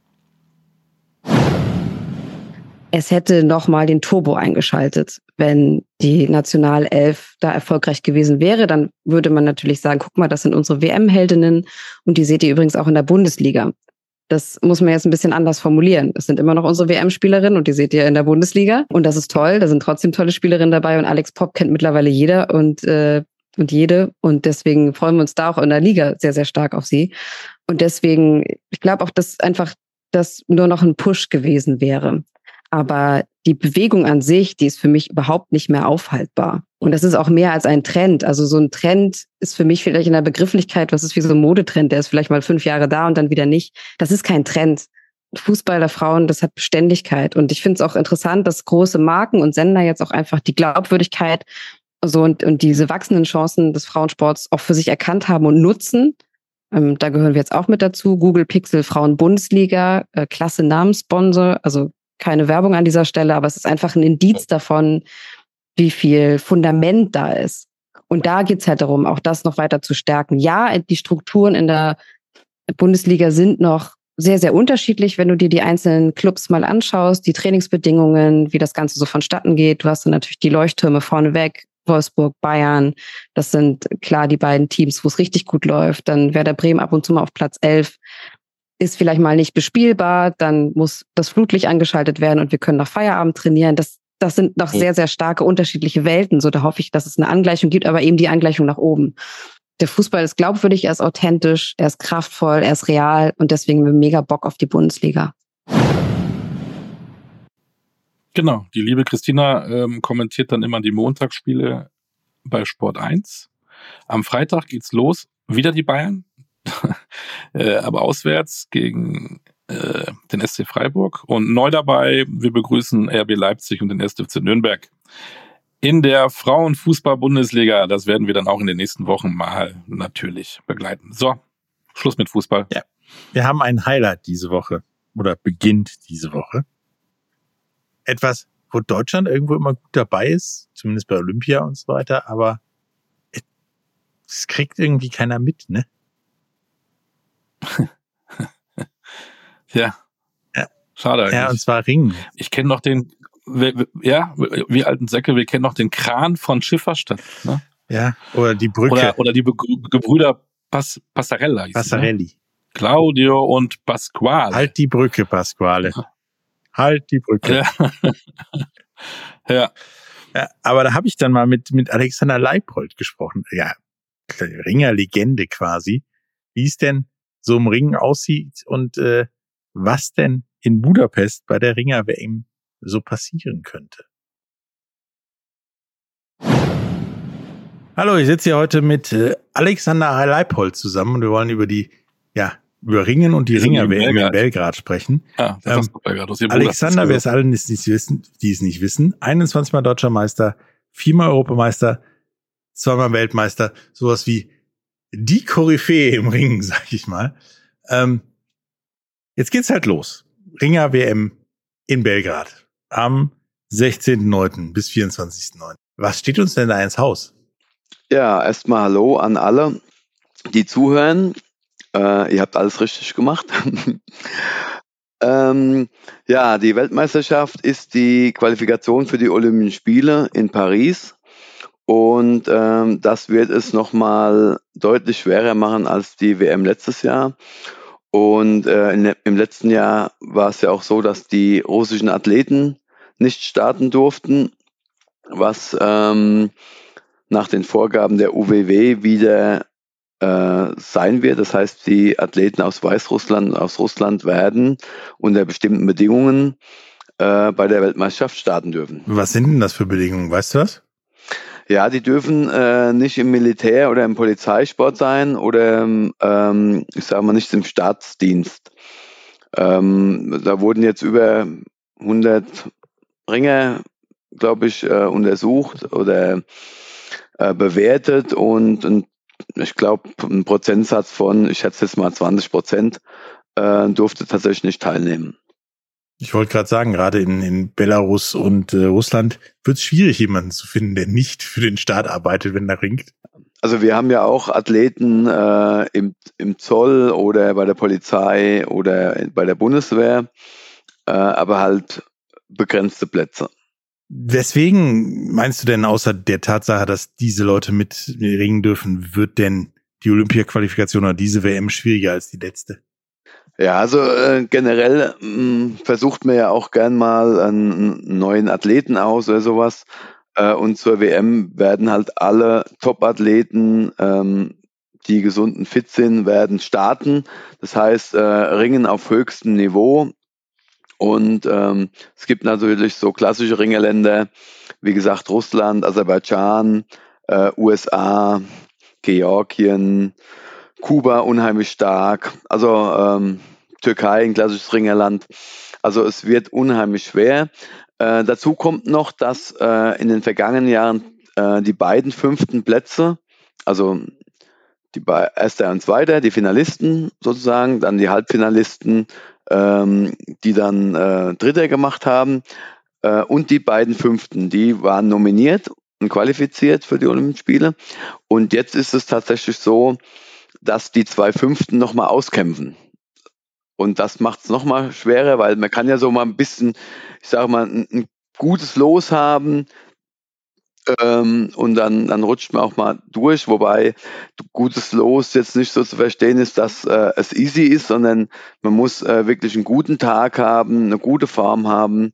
Es hätte nochmal den Turbo eingeschaltet, wenn die Nationalelf da erfolgreich gewesen wäre. Dann würde man natürlich sagen, guck mal, das sind unsere WM-Heldinnen und die seht ihr übrigens auch in der Bundesliga. Das muss man jetzt ein bisschen anders formulieren. Es sind immer noch unsere WM-Spielerinnen und die seht ihr in der Bundesliga. Und das ist toll, da sind trotzdem tolle Spielerinnen dabei und Alex Popp kennt mittlerweile jeder und jede. Und deswegen freuen wir uns da auch in der Liga sehr, sehr stark auf sie. Und deswegen, ich glaube auch, dass einfach das nur noch ein Push gewesen wäre. Aber die Bewegung an sich, die ist für mich überhaupt nicht mehr aufhaltbar. Und das ist auch mehr als ein Trend. Also so ein Trend ist für mich vielleicht in der Begrifflichkeit, was ist wie so ein Modetrend, der ist vielleicht mal 5 Jahre da und dann wieder nicht. Das ist kein Trend. Fußball der Frauen, das hat Beständigkeit. Und ich finde es auch interessant, dass große Marken und Sender jetzt auch einfach die Glaubwürdigkeit so und diese wachsenden Chancen des Frauensports auch für sich erkannt haben und nutzen. Da gehören wir jetzt auch mit dazu. Google Pixel Frauen-Bundesliga, klasse Namenssponsor, also keine Werbung an dieser Stelle, aber es ist einfach ein Indiz davon, wie viel Fundament da ist. Und da geht's halt darum, auch das noch weiter zu stärken. Ja, die Strukturen in der Bundesliga sind noch sehr, sehr unterschiedlich, wenn du dir die einzelnen Clubs mal anschaust, die Trainingsbedingungen, wie das Ganze so vonstatten geht. Du hast dann natürlich die Leuchttürme vorneweg, Wolfsburg, Bayern, das sind klar die beiden Teams, wo es richtig gut läuft. Dann Werder Bremen ab und zu mal auf Platz 11, ist vielleicht mal nicht bespielbar, dann muss das Flutlicht angeschaltet werden und wir können nach Feierabend trainieren. Das sind noch sehr, sehr starke unterschiedliche Welten. So, da hoffe ich, dass es eine Angleichung gibt, aber eben die Angleichung nach oben. Der Fußball ist glaubwürdig, er ist authentisch, er ist kraftvoll, er ist real und deswegen haben wir mega Bock auf die Bundesliga. Genau, die liebe Christina kommentiert dann immer die Montagsspiele bei Sport 1. Am Freitag geht's los, wieder die Bayern, aber auswärts gegen den SC Freiburg. Und neu dabei, wir begrüßen RB Leipzig und den 1. FC Nürnberg in der Frauenfußball-Bundesliga. Das werden wir dann auch in den nächsten Wochen mal natürlich begleiten. So, Schluss mit Fußball. Ja, wir haben ein Highlight diese Woche oder beginnt diese Woche. Etwas, wo Deutschland irgendwo immer gut dabei ist, zumindest bei Olympia und so weiter, aber es kriegt irgendwie keiner mit, ne? Ja. Schade eigentlich. Ja, und zwar Ringen. Ich kenne noch den, wir alten Säcke, wir kennen noch den Kran von Schifferstadt. Ne? Ja, oder die Brücke. Oder die Gebrüder Passarella. Passarelli. Ne? Claudio und Pasquale. Halt die Brücke, Pasquale. Halt die Brücke. Ja. Ja, aber da habe ich dann mal mit Alexander Leipold gesprochen. Ja, Ringer-Legende quasi. Wie es denn so im Ringen aussieht und was denn in Budapest bei der Ringer-WM so passieren könnte. Hallo, ich sitze hier heute mit Alexander Leipold zusammen und wir wollen über über Ringen und die Ringer-WM in Belgrad sprechen. Ja, das ist Belgrad. Alexander, wer es allen die es nicht wissen, 21 Mal Deutscher Meister, 4-mal Europameister, 2-mal Weltmeister, sowas wie die Koryphäe im Ringen, sag ich mal. Jetzt geht's halt los. Ringer-WM in Belgrad am 16.09. bis 24.09. Was steht uns denn da ins Haus? Ja, erstmal Hallo an alle, die zuhören. Ihr habt alles richtig gemacht. Die Weltmeisterschaft ist die Qualifikation für die Olympischen Spiele in Paris. Und das wird es nochmal deutlich schwerer machen als die WM letztes Jahr. Und im letzten Jahr war es ja auch so, dass die russischen Athleten nicht starten durften, was nach den Vorgaben der UWW wieder sein wird. Das heißt, die Athleten aus Weißrussland und aus Russland werden unter bestimmten Bedingungen bei der Weltmeisterschaft starten dürfen. Was sind denn das für Bedingungen? Weißt du das? Ja, die dürfen nicht im Militär oder im Polizeisport sein oder ich sage mal nicht im Staatsdienst. Da wurden jetzt über 100 Ringer, glaube ich, untersucht oder bewertet und ich glaube, ein Prozentsatz von, ich schätze jetzt mal 20%, durfte tatsächlich nicht teilnehmen. Ich wollte gerade sagen, gerade in Belarus und Russland wird es schwierig, jemanden zu finden, der nicht für den Staat arbeitet, wenn er ringt. Also wir haben ja auch Athleten im Zoll oder bei der Polizei oder bei der Bundeswehr, aber halt begrenzte Plätze. Weswegen meinst du denn, außer der Tatsache, dass diese Leute mit ringen dürfen, wird denn die Olympia-Qualifikation oder diese WM schwieriger als die letzte? Ja, also generell versucht man ja auch gern mal einen neuen Athleten aus oder sowas. Und zur WM werden halt alle Top-Athleten, die gesund und fit sind, werden starten. Das heißt, Ringen auf höchstem Niveau. Und es gibt natürlich so klassische Ringerländer, wie gesagt, Russland, Aserbaidschan, USA, Georgien, Kuba unheimlich stark, also Türkei, ein klassisches Ringerland. Also es wird unheimlich schwer. Dazu kommt noch, dass in den vergangenen Jahren die beiden 5. Plätze, also die Erster und Zweiter, die Finalisten sozusagen, dann die Halbfinalisten, die dann Dritter gemacht haben, und die beiden 5., die waren nominiert und qualifiziert für die Olympischen Spiele. Und jetzt ist es tatsächlich so, dass die 2 5. nochmal auskämpfen. Und das macht es nochmal schwerer, weil man kann ja so mal ein bisschen, ich sage mal, ein gutes Los haben, und dann rutscht man auch mal durch, wobei gutes Los jetzt nicht so zu verstehen ist, dass es easy ist, sondern man muss wirklich einen guten Tag haben, eine gute Form haben,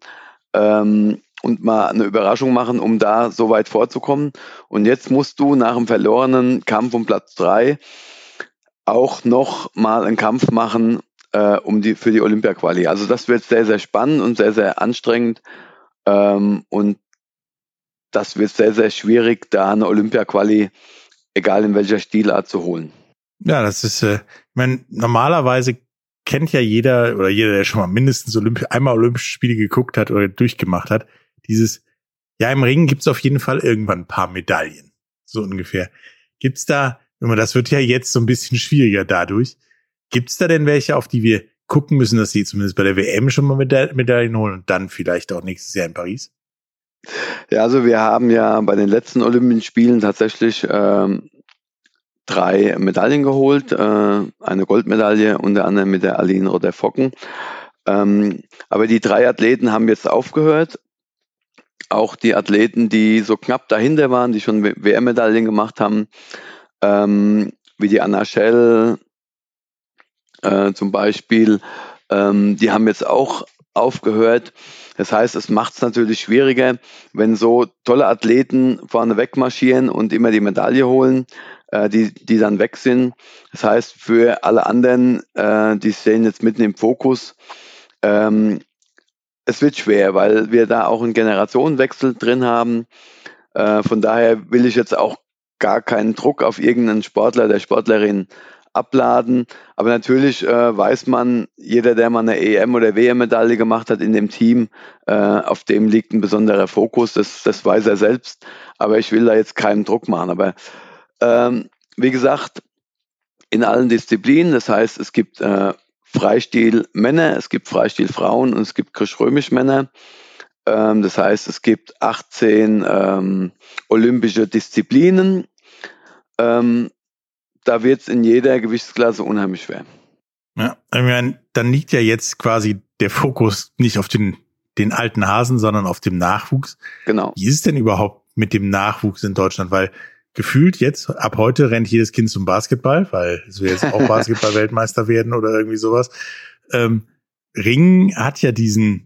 und mal eine Überraschung machen, um da so weit vorzukommen. Und jetzt musst du nach einem verlorenen Kampf um Platz 3 auch noch mal einen Kampf machen für die Olympia-Quali. Also das wird sehr, sehr spannend und sehr, sehr anstrengend, und das wird sehr, sehr schwierig, da eine Olympia-Quali, egal in welcher Stilart, zu holen. Ja, das ist, ich meine, normalerweise kennt ja jeder, der schon mal mindestens einmal Olympische Spiele geguckt hat oder durchgemacht hat, dieses, ja, im Ringen gibt's auf jeden Fall irgendwann ein paar Medaillen. So ungefähr. Gibt's da, das wird ja jetzt so ein bisschen schwieriger dadurch, gibt's da denn welche, auf die wir gucken müssen, dass sie zumindest bei der WM schon mal Medaillen holen und dann vielleicht auch nächstes Jahr in Paris? Ja, also wir haben ja bei den letzten Olympischen Spielen tatsächlich 3 Medaillen geholt, eine Goldmedaille unter anderem mit der Aline Rotter-Focken. Aber die 3 Athleten haben jetzt aufgehört. Auch die Athleten, die so knapp dahinter waren, die schon WM-Medaillen gemacht haben, wie die Anna Schell zum Beispiel, die haben jetzt auch aufgehört. Das heißt, es macht es natürlich schwieriger, wenn so tolle Athleten vorne wegmarschieren und immer die Medaille holen, die dann weg sind. Das heißt, für alle anderen, die stehen jetzt mitten im Fokus. Es es wird schwer, weil wir da auch einen Generationenwechsel drin haben. Von daher will ich jetzt auch gar keinen Druck auf irgendeinen Sportler, der Sportlerin abladen. Aber natürlich weiß man, jeder, der mal eine EM- oder WM-Medaille gemacht hat in dem Team, auf dem liegt ein besonderer Fokus. Das weiß er selbst. Aber ich will da jetzt keinen Druck machen. Aber wie gesagt, in allen Disziplinen. Das heißt, es gibt Freistil Männer, es gibt Freistil Frauen und es gibt griechisch-römisch Männer. Das heißt, es gibt 18 olympische Disziplinen. Da wird es in jeder Gewichtsklasse unheimlich schwer. Ja, ich meine, dann liegt ja jetzt quasi der Fokus nicht auf den alten Hasen, sondern auf dem Nachwuchs. Genau. Wie ist es denn überhaupt mit dem Nachwuchs in Deutschland? Weil gefühlt jetzt, ab heute rennt jedes Kind zum Basketball, weil es will jetzt auch Basketball-Weltmeister werden oder irgendwie sowas. Ringen hat ja diesen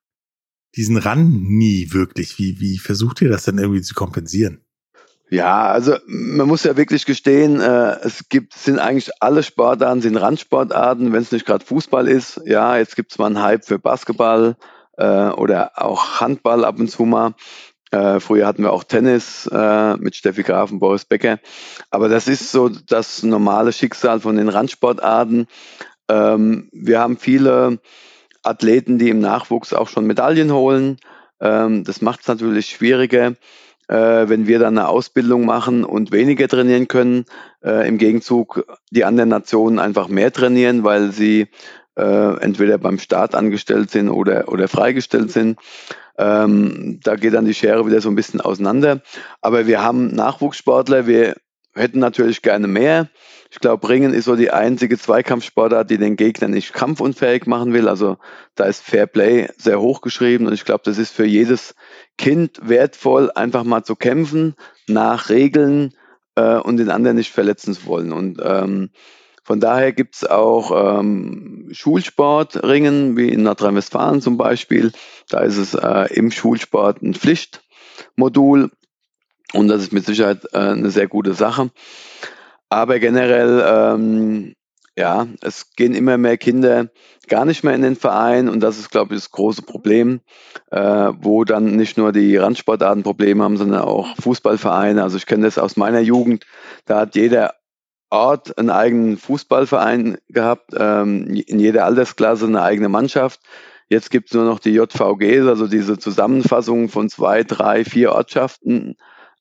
Run nie wirklich. Wie versucht ihr das denn irgendwie zu kompensieren? Ja, also man muss ja wirklich gestehen, sind eigentlich alle Sportarten, sind Randsportarten, wenn es nicht gerade Fußball ist. Ja, jetzt gibt es mal einen Hype für Basketball oder auch Handball ab und zu mal. Früher hatten wir auch Tennis mit Steffi Graf und Boris Becker. Aber das ist so das normale Schicksal von den Randsportarten. Wir haben viele Athleten, die im Nachwuchs auch schon Medaillen holen. Das macht es natürlich schwieriger, wenn wir dann eine Ausbildung machen und weniger trainieren können. Im Gegenzug die anderen Nationen einfach mehr trainieren, weil sie entweder beim Staat angestellt sind oder freigestellt sind. Da geht dann die Schere wieder so ein bisschen auseinander. Aber wir haben Nachwuchssportler, wir hätten natürlich gerne mehr. Ich glaube, Ringen ist so die einzige Zweikampfsportart, die den Gegner nicht kampfunfähig machen will. Also da ist Fair Play sehr hoch geschrieben und ich glaube, das ist für jedes Kind wertvoll, einfach mal zu kämpfen, nach Regeln und den anderen nicht verletzen zu wollen. Und von daher gibt es auch Schulsport, Ringen, wie in Nordrhein-Westfalen zum Beispiel. Da ist es im Schulsport ein Pflichtmodul und das ist mit Sicherheit eine sehr gute Sache. Aber generell, ja, es gehen immer mehr Kinder gar nicht mehr in den Verein und das ist, glaube ich, das große Problem, wo dann nicht nur die Randsportarten Probleme haben, sondern auch Fußballvereine. Also ich kenne das aus meiner Jugend, da hat jeder Ort einen eigenen Fußballverein gehabt, in jeder Altersklasse eine eigene Mannschaft. Jetzt gibt es nur noch die JVGs, also diese Zusammenfassung von 2, 3, 4 Ortschaften.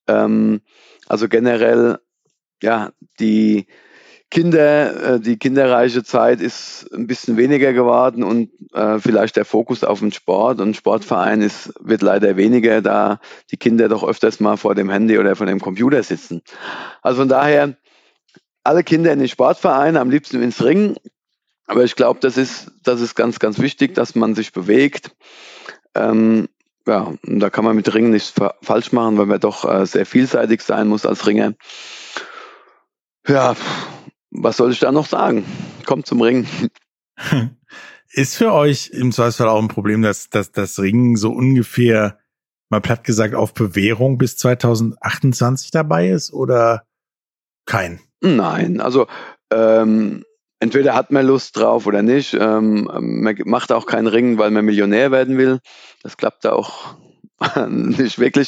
Also generell, ja, die kinderreiche Zeit ist ein bisschen weniger geworden und vielleicht der Fokus auf den Sport und Sportverein wird leider weniger, da die Kinder doch öfters mal vor dem Handy oder vor dem Computer sitzen. Also von daher, alle Kinder in den Sportverein, am liebsten ins Ringen. Aber ich glaube, das ist ganz, ganz wichtig, dass man sich bewegt. Ja, und da kann man mit Ringen nichts falsch machen, weil man doch sehr vielseitig sein muss als Ringer. Ja, was soll ich da noch sagen? Kommt zum Ringen. Ist für euch im Zweifelsfall auch ein Problem, dass das Ringen so ungefähr, mal platt gesagt, auf Bewährung bis 2028 dabei ist oder kein? Nein, also entweder hat man Lust drauf oder nicht. Man macht auch kein Ringen, weil man Millionär werden will. Das klappt da auch nicht wirklich.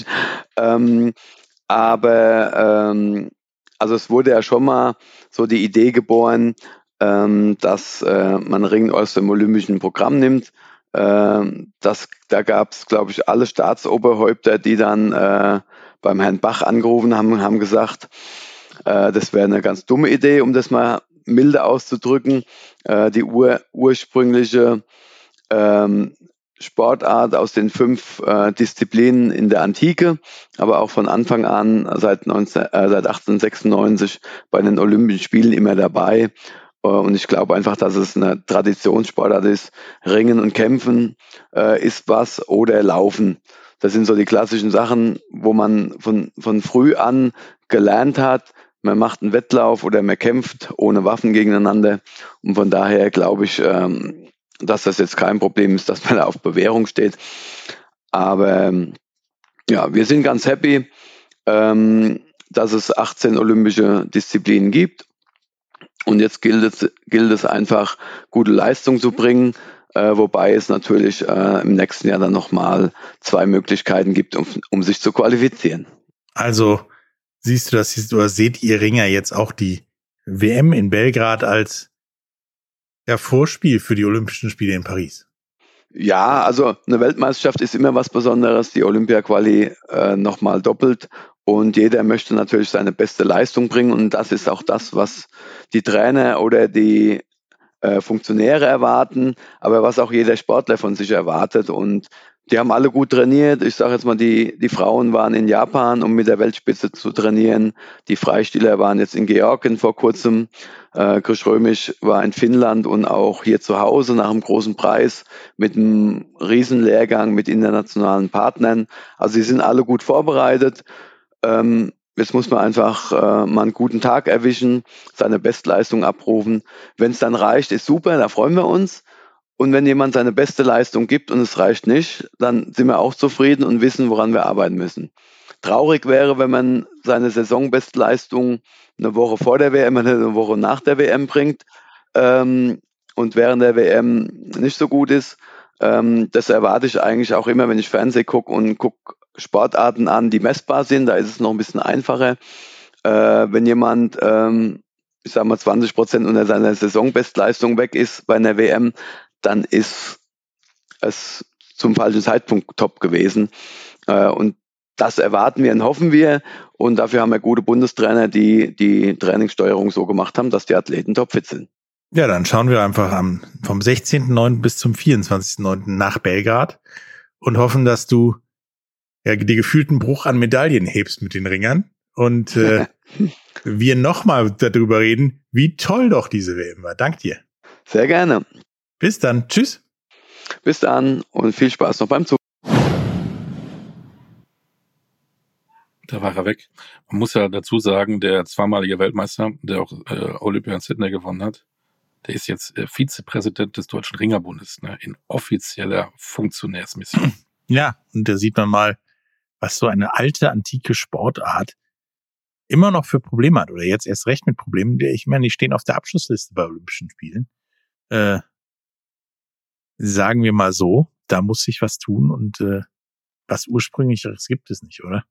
Also es wurde ja schon mal so die Idee geboren, dass man Ringen aus dem olympischen Programm nimmt. Da gab es, glaube ich, alle Staatsoberhäupter, die dann beim Herrn Bach angerufen haben gesagt, das wäre eine ganz dumme Idee, um das mal milde auszudrücken. Die ursprüngliche Sportart aus den 5 Disziplinen in der Antike, aber auch von Anfang an seit 1896 bei den Olympischen Spielen immer dabei. Und ich glaube einfach, dass es eine Traditionssportart ist. Ringen und Kämpfen ist was oder Laufen. Das sind so die klassischen Sachen, wo man von früh an gelernt hat. Man macht einen Wettlauf oder man kämpft ohne Waffen gegeneinander. Und von daher glaube ich, dass das jetzt kein Problem ist, dass man da auf Bewährung steht. Aber ja, wir sind ganz happy, dass es 18 olympische Disziplinen gibt. Und jetzt gilt es einfach, gute Leistung zu bringen. wobei es natürlich im nächsten Jahr dann nochmal 2 Möglichkeiten gibt, um sich zu qualifizieren. Also siehst du das, oder seht ihr Ringer jetzt auch die WM in Belgrad als Vorspiel für die Olympischen Spiele in Paris? Ja, also eine Weltmeisterschaft ist immer was Besonderes, die Olympia-Quali nochmal doppelt und jeder möchte natürlich seine beste Leistung bringen und das ist auch das, was die Trainer oder die Funktionäre erwarten, aber was auch jeder Sportler von sich erwartet und die haben alle gut trainiert. Ich sage jetzt mal, die Frauen waren in Japan, um mit der Weltspitze zu trainieren. Die Freistiler waren jetzt in Georgien vor kurzem. Chris Römisch war in Finnland und auch hier zu Hause nach einem großen Preis mit einem Riesenlehrgang mit internationalen Partnern. Also sie sind alle gut vorbereitet. Jetzt muss man einfach mal einen guten Tag erwischen, seine Bestleistung abrufen. Wenn es dann reicht, ist super, da freuen wir uns. Und wenn jemand seine beste Leistung gibt und es reicht nicht, dann sind wir auch zufrieden und wissen, woran wir arbeiten müssen. Traurig wäre, wenn man seine Saisonbestleistung eine Woche vor der WM oder eine Woche nach der WM bringt und während der WM nicht so gut ist. Das erwarte ich eigentlich auch immer, wenn ich Fernsehen gucke und gucke Sportarten an, die messbar sind. Da ist es noch ein bisschen einfacher. Wenn jemand, ich sage mal 20% unter seiner Saisonbestleistung weg ist bei einer WM, dann ist es zum falschen Zeitpunkt top gewesen. Und das erwarten wir und hoffen wir. Und dafür haben wir gute Bundestrainer, die die Trainingssteuerung so gemacht haben, dass die Athleten topfit sind. Ja, dann schauen wir einfach vom 16.09. bis zum 24.09. nach Belgrad und hoffen, dass du die gefühlten Bruch an Medaillen hebst mit den Ringern. Und wir nochmal darüber reden, wie toll doch diese WM war. Dank dir. Sehr gerne. Bis dann. Tschüss. Bis dann und viel Spaß noch beim Zug. Da war er weg. Man muss ja dazu sagen, der zweimalige Weltmeister, der auch Olympia in Sydney gewonnen hat, der ist jetzt Vizepräsident des Deutschen Ringerbundes, ne, in offizieller Funktionärsmission. Ja, und da sieht man mal, was so eine alte, antike Sportart immer noch für Probleme hat oder jetzt erst recht mit Problemen. Ich meine, die stehen auf der Abschlussliste bei Olympischen Spielen. Sagen wir mal so, da muss sich was tun und was Ursprünglicheres gibt es nicht, oder?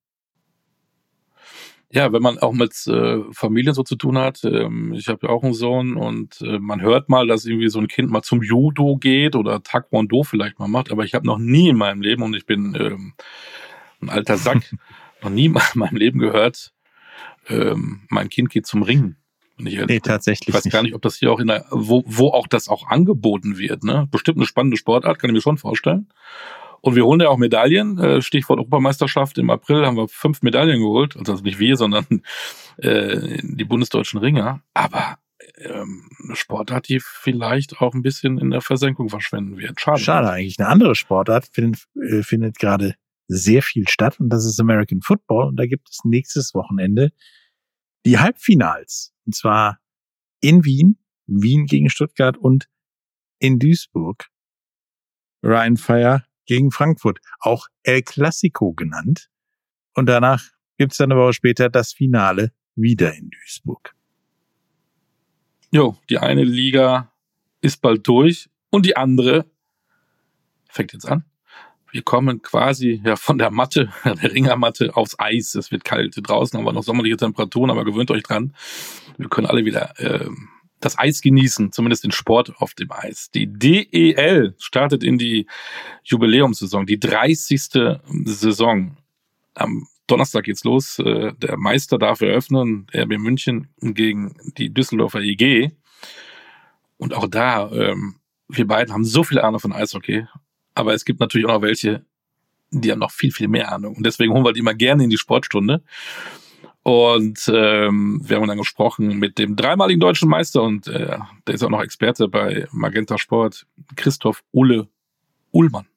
Ja, wenn man auch mit Familie so zu tun hat, ich habe ja auch einen Sohn und man hört mal, dass irgendwie so ein Kind mal zum Judo geht oder Taekwondo vielleicht mal macht, aber ich habe noch nie in meinem Leben, und ich bin ein alter Sack, noch nie in meinem Leben gehört, mein Kind geht zum Ringen. Nee, tatsächlich. Ich weiß gar nicht, ob das hier auch wo auch das auch angeboten wird, ne? Bestimmt eine spannende Sportart, kann ich mir schon vorstellen. Und wir holen ja auch Medaillen. Stichwort Europameisterschaft im April haben wir 5 Medaillen geholt. Also nicht wir, sondern die bundesdeutschen Ringer. Aber eine Sportart, die vielleicht auch ein bisschen in der Versenkung verschwinden wird. Schade eigentlich. Eine andere Sportart findet gerade sehr viel statt und das ist American Football. Und da gibt es nächstes Wochenende die Halbfinals. Und zwar in Wien gegen Stuttgart und in Duisburg Rhein Fire gegen Frankfurt, auch El Clasico genannt. Und danach gibt's dann eine Woche später das Finale wieder in Duisburg. Jo, die eine Liga ist bald durch und die andere fängt jetzt an. Wir kommen quasi von der Matte, der Ringermatte aufs Eis. Es wird kalt draußen, haben wir noch sommerliche Temperaturen, aber gewöhnt euch dran. Wir können alle wieder das Eis genießen, zumindest den Sport auf dem Eis. Die DEL startet in die Jubiläumssaison, die 30. Saison. Am Donnerstag geht's los. Der Meister darf eröffnen, RB München gegen die Düsseldorfer EG. Und auch da, wir beiden haben so viel Ahnung von Eishockey, aber es gibt natürlich auch noch welche, die haben noch viel, viel mehr Ahnung. Und deswegen holen wir die immer gerne in die Sportstunde. Und wir haben dann gesprochen mit dem dreimaligen deutschen Meister und der ist auch noch Experte bei Magenta Sport, Christoph Ulle Ullmann.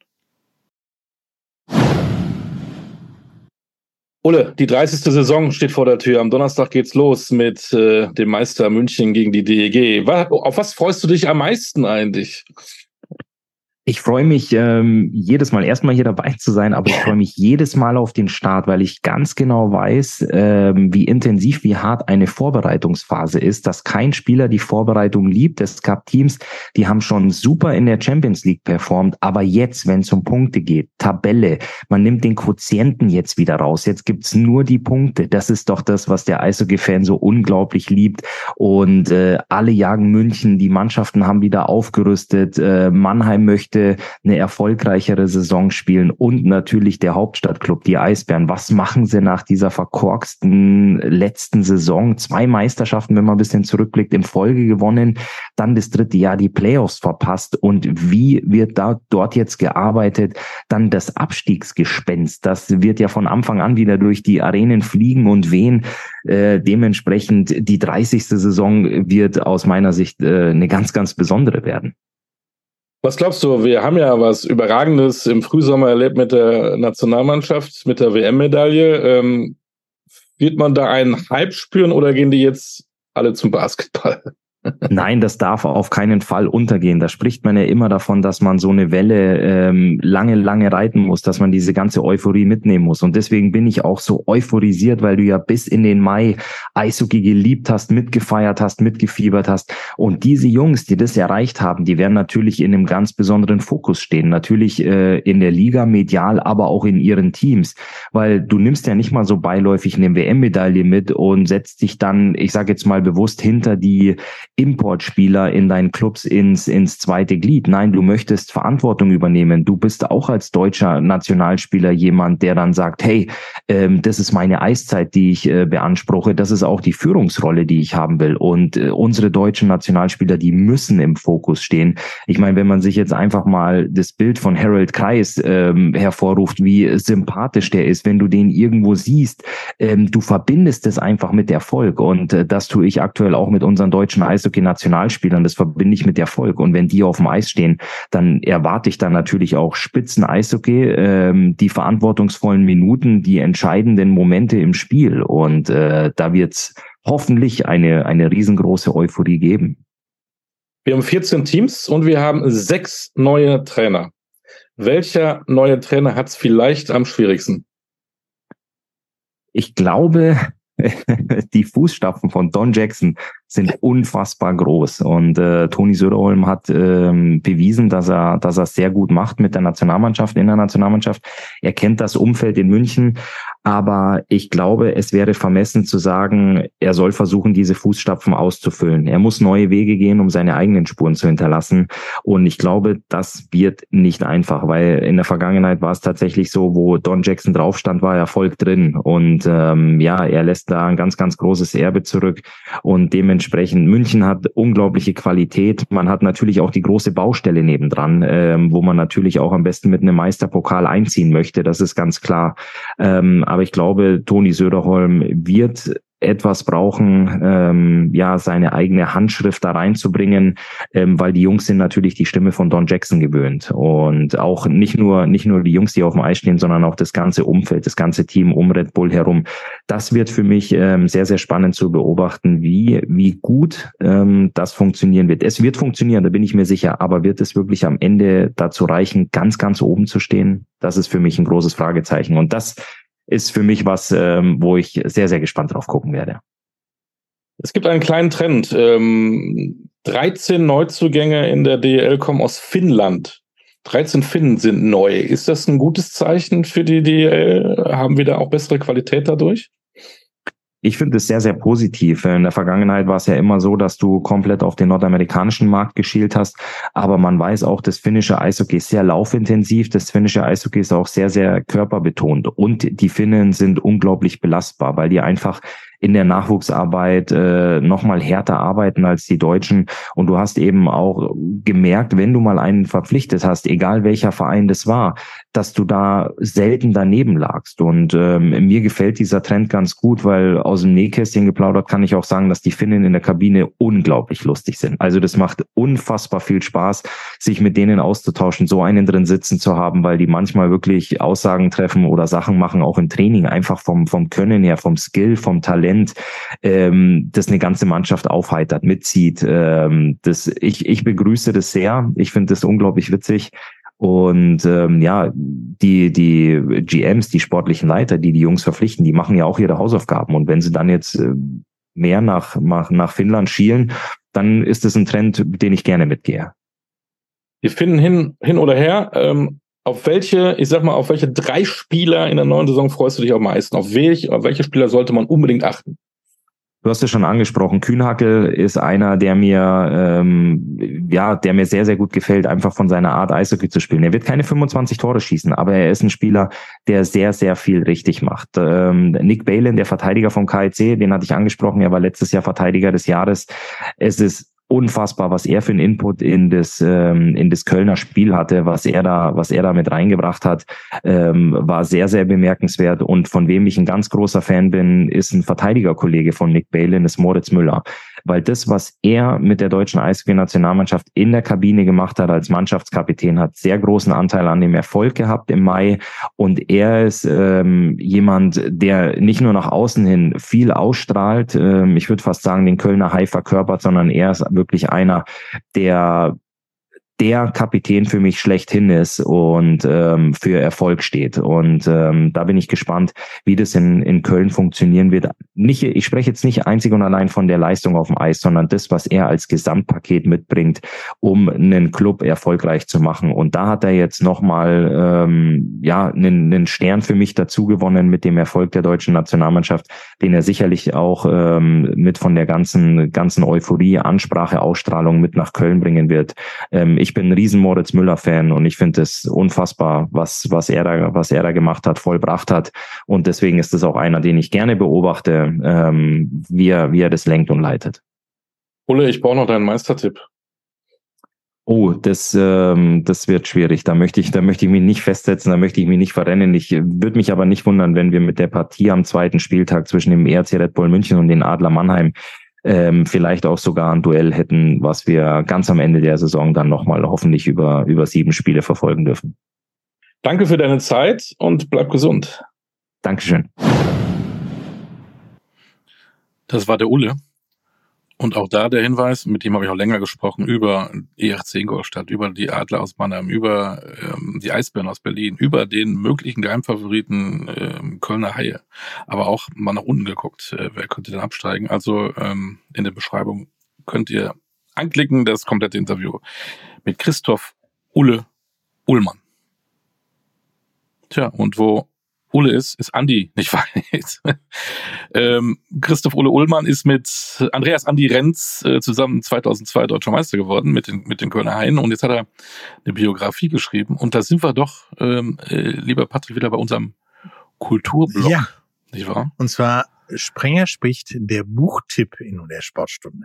Ulle, die 30. Saison steht vor der Tür. Am Donnerstag geht's los mit dem Meister München gegen die DEG. Auf was freust du dich am meisten eigentlich? Ich freue mich jedes Mal, erstmal hier dabei zu sein, aber ich freue mich jedes Mal auf den Start, weil ich ganz genau weiß, wie intensiv, wie hart eine Vorbereitungsphase ist, dass kein Spieler die Vorbereitung liebt. Es gab Teams, die haben schon super in der Champions League performt, aber jetzt, wenn es um Punkte geht, Tabelle, man nimmt den Quotienten jetzt wieder raus, jetzt gibt's nur die Punkte. Das ist doch das, was der Eishockey-Fan so unglaublich liebt. Und alle jagen München, die Mannschaften haben wieder aufgerüstet, Mannheim möchte eine erfolgreichere Saison spielen und natürlich der Hauptstadtklub, die Eisbären. Was machen sie nach dieser verkorksten letzten Saison? 2 Meisterschaften, wenn man ein bisschen zurückblickt, in Folge gewonnen, dann das 3. Jahr die Playoffs verpasst. Und wie wird dort jetzt gearbeitet? Dann das Abstiegsgespenst, das wird ja von Anfang an wieder durch die Arenen fliegen und wehen. Dementsprechend die 30. Saison wird aus meiner Sicht eine ganz, ganz besondere werden. Was glaubst du, wir haben ja was Überragendes im Frühsommer erlebt mit der Nationalmannschaft, mit der WM-Medaille. Wird man da einen Hype spüren oder gehen die jetzt alle zum Basketball? Nein, das darf auf keinen Fall untergehen. Da spricht man ja immer davon, dass man so eine Welle lange reiten muss, dass man diese ganze Euphorie mitnehmen muss. Und deswegen bin ich auch so euphorisiert, weil du ja bis in den Mai Eishockey geliebt hast, mitgefeiert hast, mitgefiebert hast. Und diese Jungs, die das erreicht haben, die werden natürlich in einem ganz besonderen Fokus stehen. Natürlich in der Liga, medial, aber auch in ihren Teams. Weil du nimmst ja nicht mal so beiläufig eine WM-Medaille mit und setzt dich dann, ich sage jetzt mal bewusst, hinter die Importspieler in deinen Clubs ins zweite Glied. Nein, du möchtest Verantwortung übernehmen. Du bist auch als deutscher Nationalspieler jemand, der dann sagt, hey, das ist meine Eiszeit, die ich beanspruche. Das ist auch die Führungsrolle, die ich haben will. Und unsere deutschen Nationalspieler, die müssen im Fokus stehen. Ich meine, wenn man sich jetzt einfach mal das Bild von Harold Kreis hervorruft, wie sympathisch der ist, wenn du den irgendwo siehst, du verbindest es einfach mit Erfolg. Und das tue ich aktuell auch mit unseren deutschen Eishockey-Nationalspielern, das verbinde ich mit Erfolg. Und wenn die auf dem Eis stehen, dann erwarte ich dann natürlich auch Spitzen-Eishockey, die verantwortungsvollen Minuten, die entscheidenden Momente im Spiel. Und da wird es hoffentlich eine riesengroße Euphorie geben. Wir haben 14 Teams und wir haben 6 neue Trainer. Welcher neue Trainer hat es vielleicht am schwierigsten? Ich glaube, die Fußstapfen von Don Jackson sind unfassbar groß und Toni Söderholm hat bewiesen, dass er sehr gut macht mit der Nationalmannschaft, in der Nationalmannschaft. Er kennt das Umfeld in München, aber ich glaube, es wäre vermessen zu sagen, er soll versuchen, diese Fußstapfen auszufüllen. Er muss neue Wege gehen, um seine eigenen Spuren zu hinterlassen, und ich glaube, das wird nicht einfach, weil in der Vergangenheit war es tatsächlich so, wo Don Jackson drauf stand, war Erfolg drin, und er lässt da ein ganz, ganz großes Erbe zurück, und dementsprechend München hat unglaubliche Qualität. Man hat natürlich auch die große Baustelle nebendran, wo man natürlich auch am besten mit einem Meisterpokal einziehen möchte, das ist ganz klar. Aber ich glaube, Toni Söderholm wird etwas brauchen, seine eigene Handschrift da reinzubringen, weil die Jungs sind natürlich die Stimme von Don Jackson gewöhnt, und auch nicht nur die Jungs, die auf dem Eis stehen, sondern auch das ganze Umfeld, das ganze Team um Red Bull herum. Das wird für mich sehr, sehr spannend zu beobachten, wie gut das funktionieren wird. Es wird funktionieren, da bin ich mir sicher, aber wird es wirklich am Ende dazu reichen, ganz, ganz oben zu stehen? Das ist für mich ein großes Fragezeichen, und das ist für mich was, wo ich sehr, sehr gespannt drauf gucken werde. Es gibt einen kleinen Trend. 13 Neuzugänge in der DEL kommen aus Finnland. 13 Finnen sind neu. Ist das ein gutes Zeichen für die DEL? Haben wir da auch bessere Qualität dadurch? Ich finde es sehr, sehr positiv. In der Vergangenheit war es ja immer so, dass du komplett auf den nordamerikanischen Markt geschielt hast. Aber man weiß auch, das finnische Eishockey ist sehr laufintensiv. Das finnische Eishockey ist auch sehr, sehr körperbetont. Und die Finnen sind unglaublich belastbar, weil die einfach in der Nachwuchsarbeit nochmal härter arbeiten als die Deutschen. Und du hast eben auch gemerkt, wenn du mal einen verpflichtet hast, egal welcher Verein das war, dass du da selten daneben lagst. Und mir gefällt dieser Trend ganz gut, weil aus dem Nähkästchen geplaudert kann ich auch sagen, dass die Finnen in der Kabine unglaublich lustig sind. Also das macht unfassbar viel Spaß, sich mit denen auszutauschen, so einen drin sitzen zu haben, weil die manchmal wirklich Aussagen treffen oder Sachen machen, auch im Training, einfach vom Können her, vom Skill, vom Talent, das eine ganze Mannschaft aufheitert, mitzieht. Ich begrüße das sehr. Ich finde das unglaublich witzig. Und die GMs, die sportlichen Leiter, die Jungs verpflichten, die machen ja auch ihre Hausaufgaben. Und wenn sie dann jetzt mehr nach Finnland schielen, dann ist es ein Trend, den ich gerne mitgehe. Wir finden hin oder her. Auf welche 3 Spieler in der neuen Saison freust du dich am meisten? Auf welche Spieler sollte man unbedingt achten? Du hast es schon angesprochen. Kühnhackl ist einer, der mir sehr, sehr gut gefällt, einfach von seiner Art Eishockey zu spielen. Er wird keine 25 Tore schießen, aber er ist ein Spieler, der sehr, sehr viel richtig macht. Nick Balin, der Verteidiger vom KIC, den hatte ich angesprochen, er war letztes Jahr Verteidiger des Jahres. Es ist unfassbar, was er für einen Input in das Kölner Spiel hatte, was er da mit reingebracht hat, war sehr, sehr bemerkenswert. Und von wem ich ein ganz großer Fan bin, ist ein Verteidigerkollege von Nick Balin, ist Moritz Müller. Weil das, was er mit der deutschen Eishockey-Nationalmannschaft in der Kabine gemacht hat als Mannschaftskapitän, hat sehr großen Anteil an dem Erfolg gehabt im Mai. Und er ist jemand, der nicht nur nach außen hin viel ausstrahlt, ich würde fast sagen, den Kölner Hai verkörpert, sondern er ist wirklich einer, der Kapitän für mich schlechthin ist und für Erfolg steht. Und da bin ich gespannt, wie das in Köln funktionieren wird. Ich spreche jetzt nicht einzig und allein von der Leistung auf dem Eis, sondern das, was er als Gesamtpaket mitbringt, um einen Club erfolgreich zu machen. Und da hat er jetzt nochmal einen Stern für mich dazu gewonnen mit dem Erfolg der deutschen Nationalmannschaft, den er sicherlich auch mit von der ganzen Euphorie, Ansprache, Ausstrahlung mit nach Köln bringen wird. Ich bin ein riesen Moritz Müller-Fan und ich finde es unfassbar, was er da gemacht hat, vollbracht hat. Und deswegen ist es auch einer, den ich gerne beobachte, wie er das lenkt und leitet. Ulle, ich brauche noch deinen Meistertipp. Oh, das wird schwierig. Da möchte ich mich nicht festsetzen, da möchte ich mich nicht verrennen. Ich würde mich aber nicht wundern, wenn wir mit der Partie am 2. Spieltag zwischen dem ERC Red Bull München und den Adler Mannheim vielleicht auch sogar ein Duell hätten, was wir ganz am Ende der Saison dann nochmal hoffentlich über 7 Spiele verfolgen dürfen. Danke für deine Zeit und bleib gesund. Dankeschön. Das war der Ulle. Und auch da der Hinweis, mit dem habe ich auch länger gesprochen, über ERC Ingolstadt, über die Adler aus Mannheim, über die Eisbären aus Berlin, über den möglichen Geheimfavoriten Kölner Haie. Aber auch mal nach unten geguckt, wer könnte denn absteigen. Also in der Beschreibung könnt ihr anklicken, das komplette Interview mit Christoph Ulle Ullmann. Tja, und wo Ulle ist Andi nicht weit. Christoph Ulle Ullmann ist mit Andreas Andi Renz zusammen 2002 Deutscher Meister geworden mit den Kölner Haien und jetzt hat er eine Biografie geschrieben und da sind wir doch, lieber Patrick, wieder bei unserem Kulturblog, ja, nicht wahr? Und zwar Sprenger spricht, der Buchtipp in der Sportstunde.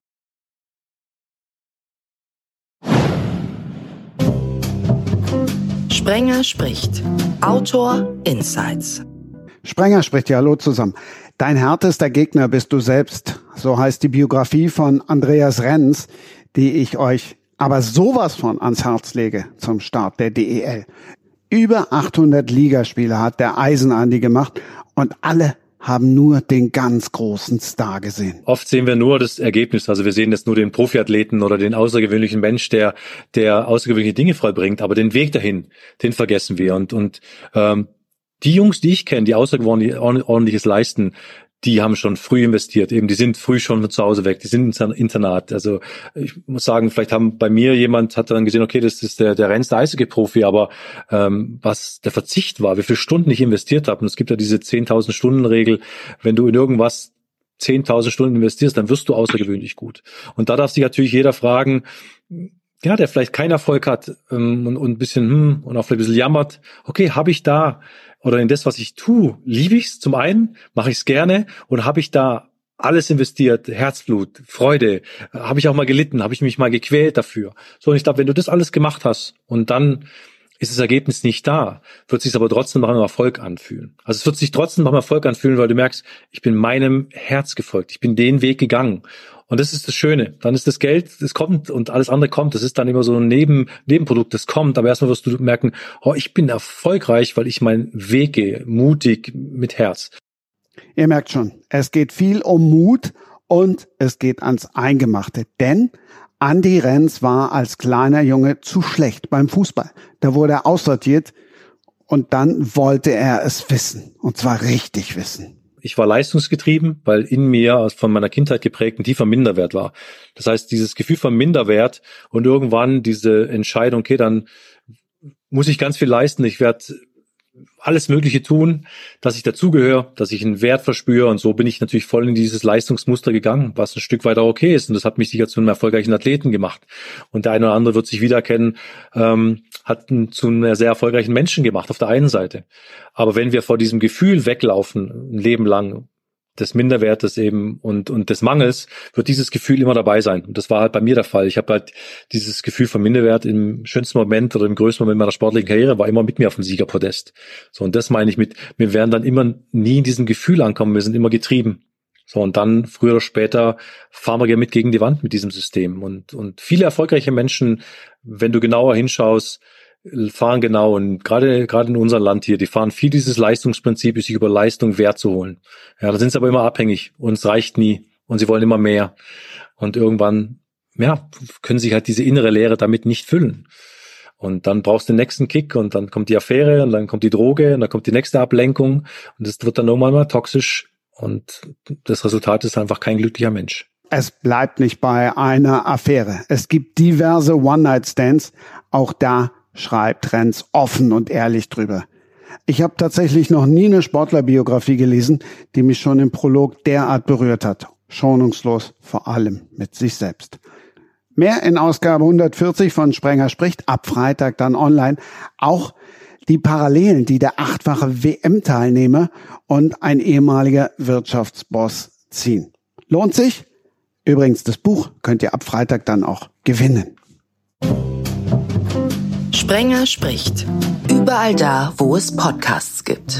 Sprenger spricht. Autor Insights. Sprenger spricht, ja, hallo zusammen. Dein härtester Gegner bist du selbst. So heißt die Biografie von Andreas Renz, die ich euch aber sowas von ans Herz lege zum Start der DEL. Über 800 Ligaspiele hat der Eisenandi gemacht und alle haben nur den ganz großen Star gesehen. Oft sehen wir nur das Ergebnis, also wir sehen jetzt nur den Profiathleten oder den außergewöhnlichen Mensch, der außergewöhnliche Dinge vollbringt, aber den Weg dahin, den vergessen wir. Und die Jungs, die ich kenne, die außergewöhnlich ordentliches leisten, die haben schon früh investiert, eben, die sind früh schon von zu Hause weg, die sind ins Internat. Also ich muss sagen, vielleicht bei mir jemand hat dann gesehen, okay, das ist der reinste Eishockey-Profi, aber was der Verzicht war, wie viele Stunden ich investiert habe. Und es gibt ja diese 10.000 Stunden-Regel, wenn du in irgendwas 10.000 Stunden investierst, dann wirst du außergewöhnlich gut. Und da darf sich natürlich jeder fragen, ja, der vielleicht keinen Erfolg hat und ein bisschen und auch vielleicht ein bisschen jammert, okay, habe ich da oder in das, was ich tue, liebe ich es zum einen, mache ich es gerne und habe ich da alles investiert, Herzblut, Freude, habe ich auch mal gelitten, habe ich mich mal gequält dafür. So, und ich glaube, wenn du das alles gemacht hast und dann ist das Ergebnis nicht da, wird es sich aber trotzdem nach einem Erfolg anfühlen. Also es wird sich trotzdem nach einem Erfolg anfühlen, weil du merkst, ich bin meinem Herz gefolgt, ich bin den Weg gegangen. Und das ist das Schöne. Dann ist das Geld, das kommt und alles andere kommt. Das ist dann immer so ein Nebenprodukt, das kommt. Aber erstmal wirst du merken, ich bin erfolgreich, weil ich meinen Weg gehe, mutig, mit Herz. Ihr merkt schon, es geht viel um Mut und es geht ans Eingemachte. Denn Andi Renz war als kleiner Junge zu schlecht beim Fußball. Da wurde er aussortiert und dann wollte er es wissen. Und zwar richtig wissen. Ich war leistungsgetrieben, weil in mir von meiner Kindheit geprägt ein tiefer Minderwert war. Das heißt, dieses Gefühl von Minderwert und irgendwann diese Entscheidung, okay, dann muss ich ganz viel leisten, ich werde alles Mögliche tun, dass ich dazugehöre, dass ich einen Wert verspüre, und so bin ich natürlich voll in dieses Leistungsmuster gegangen, was ein Stück weit auch okay ist, und das hat mich sicher zu einem erfolgreichen Athleten gemacht, und der eine oder andere wird sich wiedererkennen, hat zu einem sehr erfolgreichen Menschen gemacht auf der einen Seite. Aber wenn wir vor diesem Gefühl weglaufen, ein Leben lang, des Minderwertes eben und des Mangels, wird dieses Gefühl immer dabei sein. Und das war halt bei mir der Fall. Ich habe halt dieses Gefühl von Minderwert im schönsten Moment oder im größten Moment meiner sportlichen Karriere war immer mit mir auf dem Siegerpodest. So, und das meine ich mit, wir werden dann immer nie in diesem Gefühl ankommen, wir sind immer getrieben. So, und dann früher oder später fahren wir mit gegen die Wand mit diesem System. Und viele erfolgreiche Menschen, wenn du genauer hinschaust, fahren genau, und gerade in unserem Land hier, die fahren viel dieses Leistungsprinzip, sich über Leistung Wert zu holen. Ja, da sind sie aber immer abhängig und es reicht nie und sie wollen immer mehr. Und irgendwann, ja, können sich halt diese innere Leere damit nicht füllen. Und dann brauchst du den nächsten Kick und dann kommt die Affäre und dann kommt die Droge und dann kommt die nächste Ablenkung und es wird dann irgendwann mal toxisch und das Resultat ist einfach kein glücklicher Mensch. Es bleibt nicht bei einer Affäre. Es gibt diverse One-Night-Stands. Auch da schreibt Renz offen und ehrlich drüber. Ich habe tatsächlich noch nie eine Sportlerbiografie gelesen, die mich schon im Prolog derart berührt hat. Schonungslos, vor allem mit sich selbst. Mehr in Ausgabe 140 von Sprenger spricht, ab Freitag dann online. Auch die Parallelen, die der 8-fache WM-Teilnehmer und ein ehemaliger Wirtschaftsboss ziehen. Lohnt sich? Übrigens, das Buch könnt ihr ab Freitag dann auch gewinnen. Sprenger spricht. Überall da, wo es Podcasts gibt.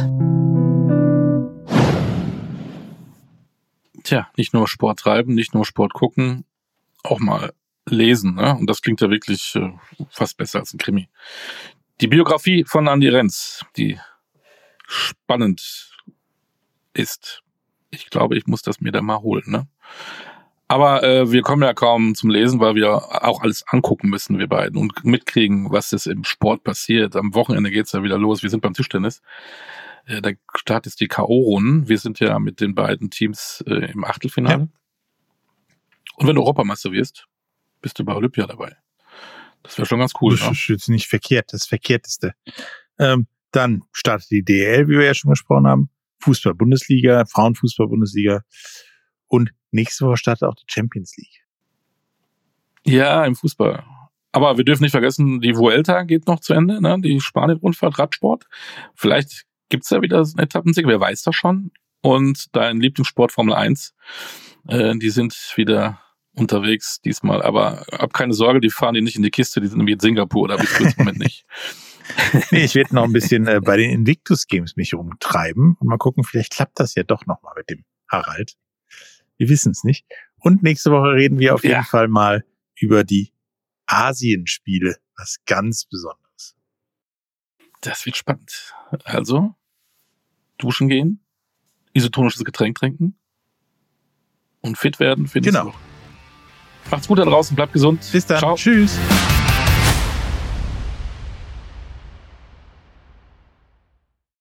Tja, nicht nur Sport treiben, nicht nur Sport gucken, auch mal lesen, ne? Und das klingt ja wirklich fast besser als ein Krimi. Die Biografie von Andi Renz, die spannend ist. Ich glaube, ich muss das mir da mal holen, ne? Aber wir kommen ja kaum zum Lesen, weil wir auch alles angucken müssen, wir beiden, und mitkriegen, was ist im Sport passiert. Am Wochenende geht's ja wieder los. Wir sind beim Tischtennis. Da startet jetzt die K.O.-Runden. Wir sind ja mit den beiden Teams im Achtelfinale. Ja. Und wenn du Europameister wirst, bist du bei Olympia dabei. Das wäre schon ganz cool. Das ist jetzt nicht verkehrt, das Verkehrteste. Dann startet die DEL, wie wir ja schon gesprochen haben. Fußball-Bundesliga, Frauenfußball-Bundesliga. Und nächste Woche startet auch die Champions League. Ja, im Fußball. Aber wir dürfen nicht vergessen, die Vuelta geht noch zu Ende, ne? Die Spanien-Rundfahrt, Radsport. Vielleicht gibt's ja wieder einen Etappensieg, wer weiß das schon. Und dein Lieblingssport Formel 1, die sind wieder unterwegs diesmal. Aber hab keine Sorge, die fahren die nicht in die Kiste, die sind nämlich in Singapur, oder bis zum Moment nicht. Nee, ich werde noch ein bisschen bei den Invictus Games mich rumtreiben und mal gucken, vielleicht klappt das ja doch nochmal mit dem Harald. Wir wissen es nicht. Und nächste Woche reden wir auf jeden Fall mal über die Asienspiele. Was ganz Besonderes. Das wird spannend. Also, duschen gehen, isotonisches Getränk trinken und fit werden für nächste Woche. Macht's gut da draußen, bleibt gesund. Bis dann. Ciao. Tschüss.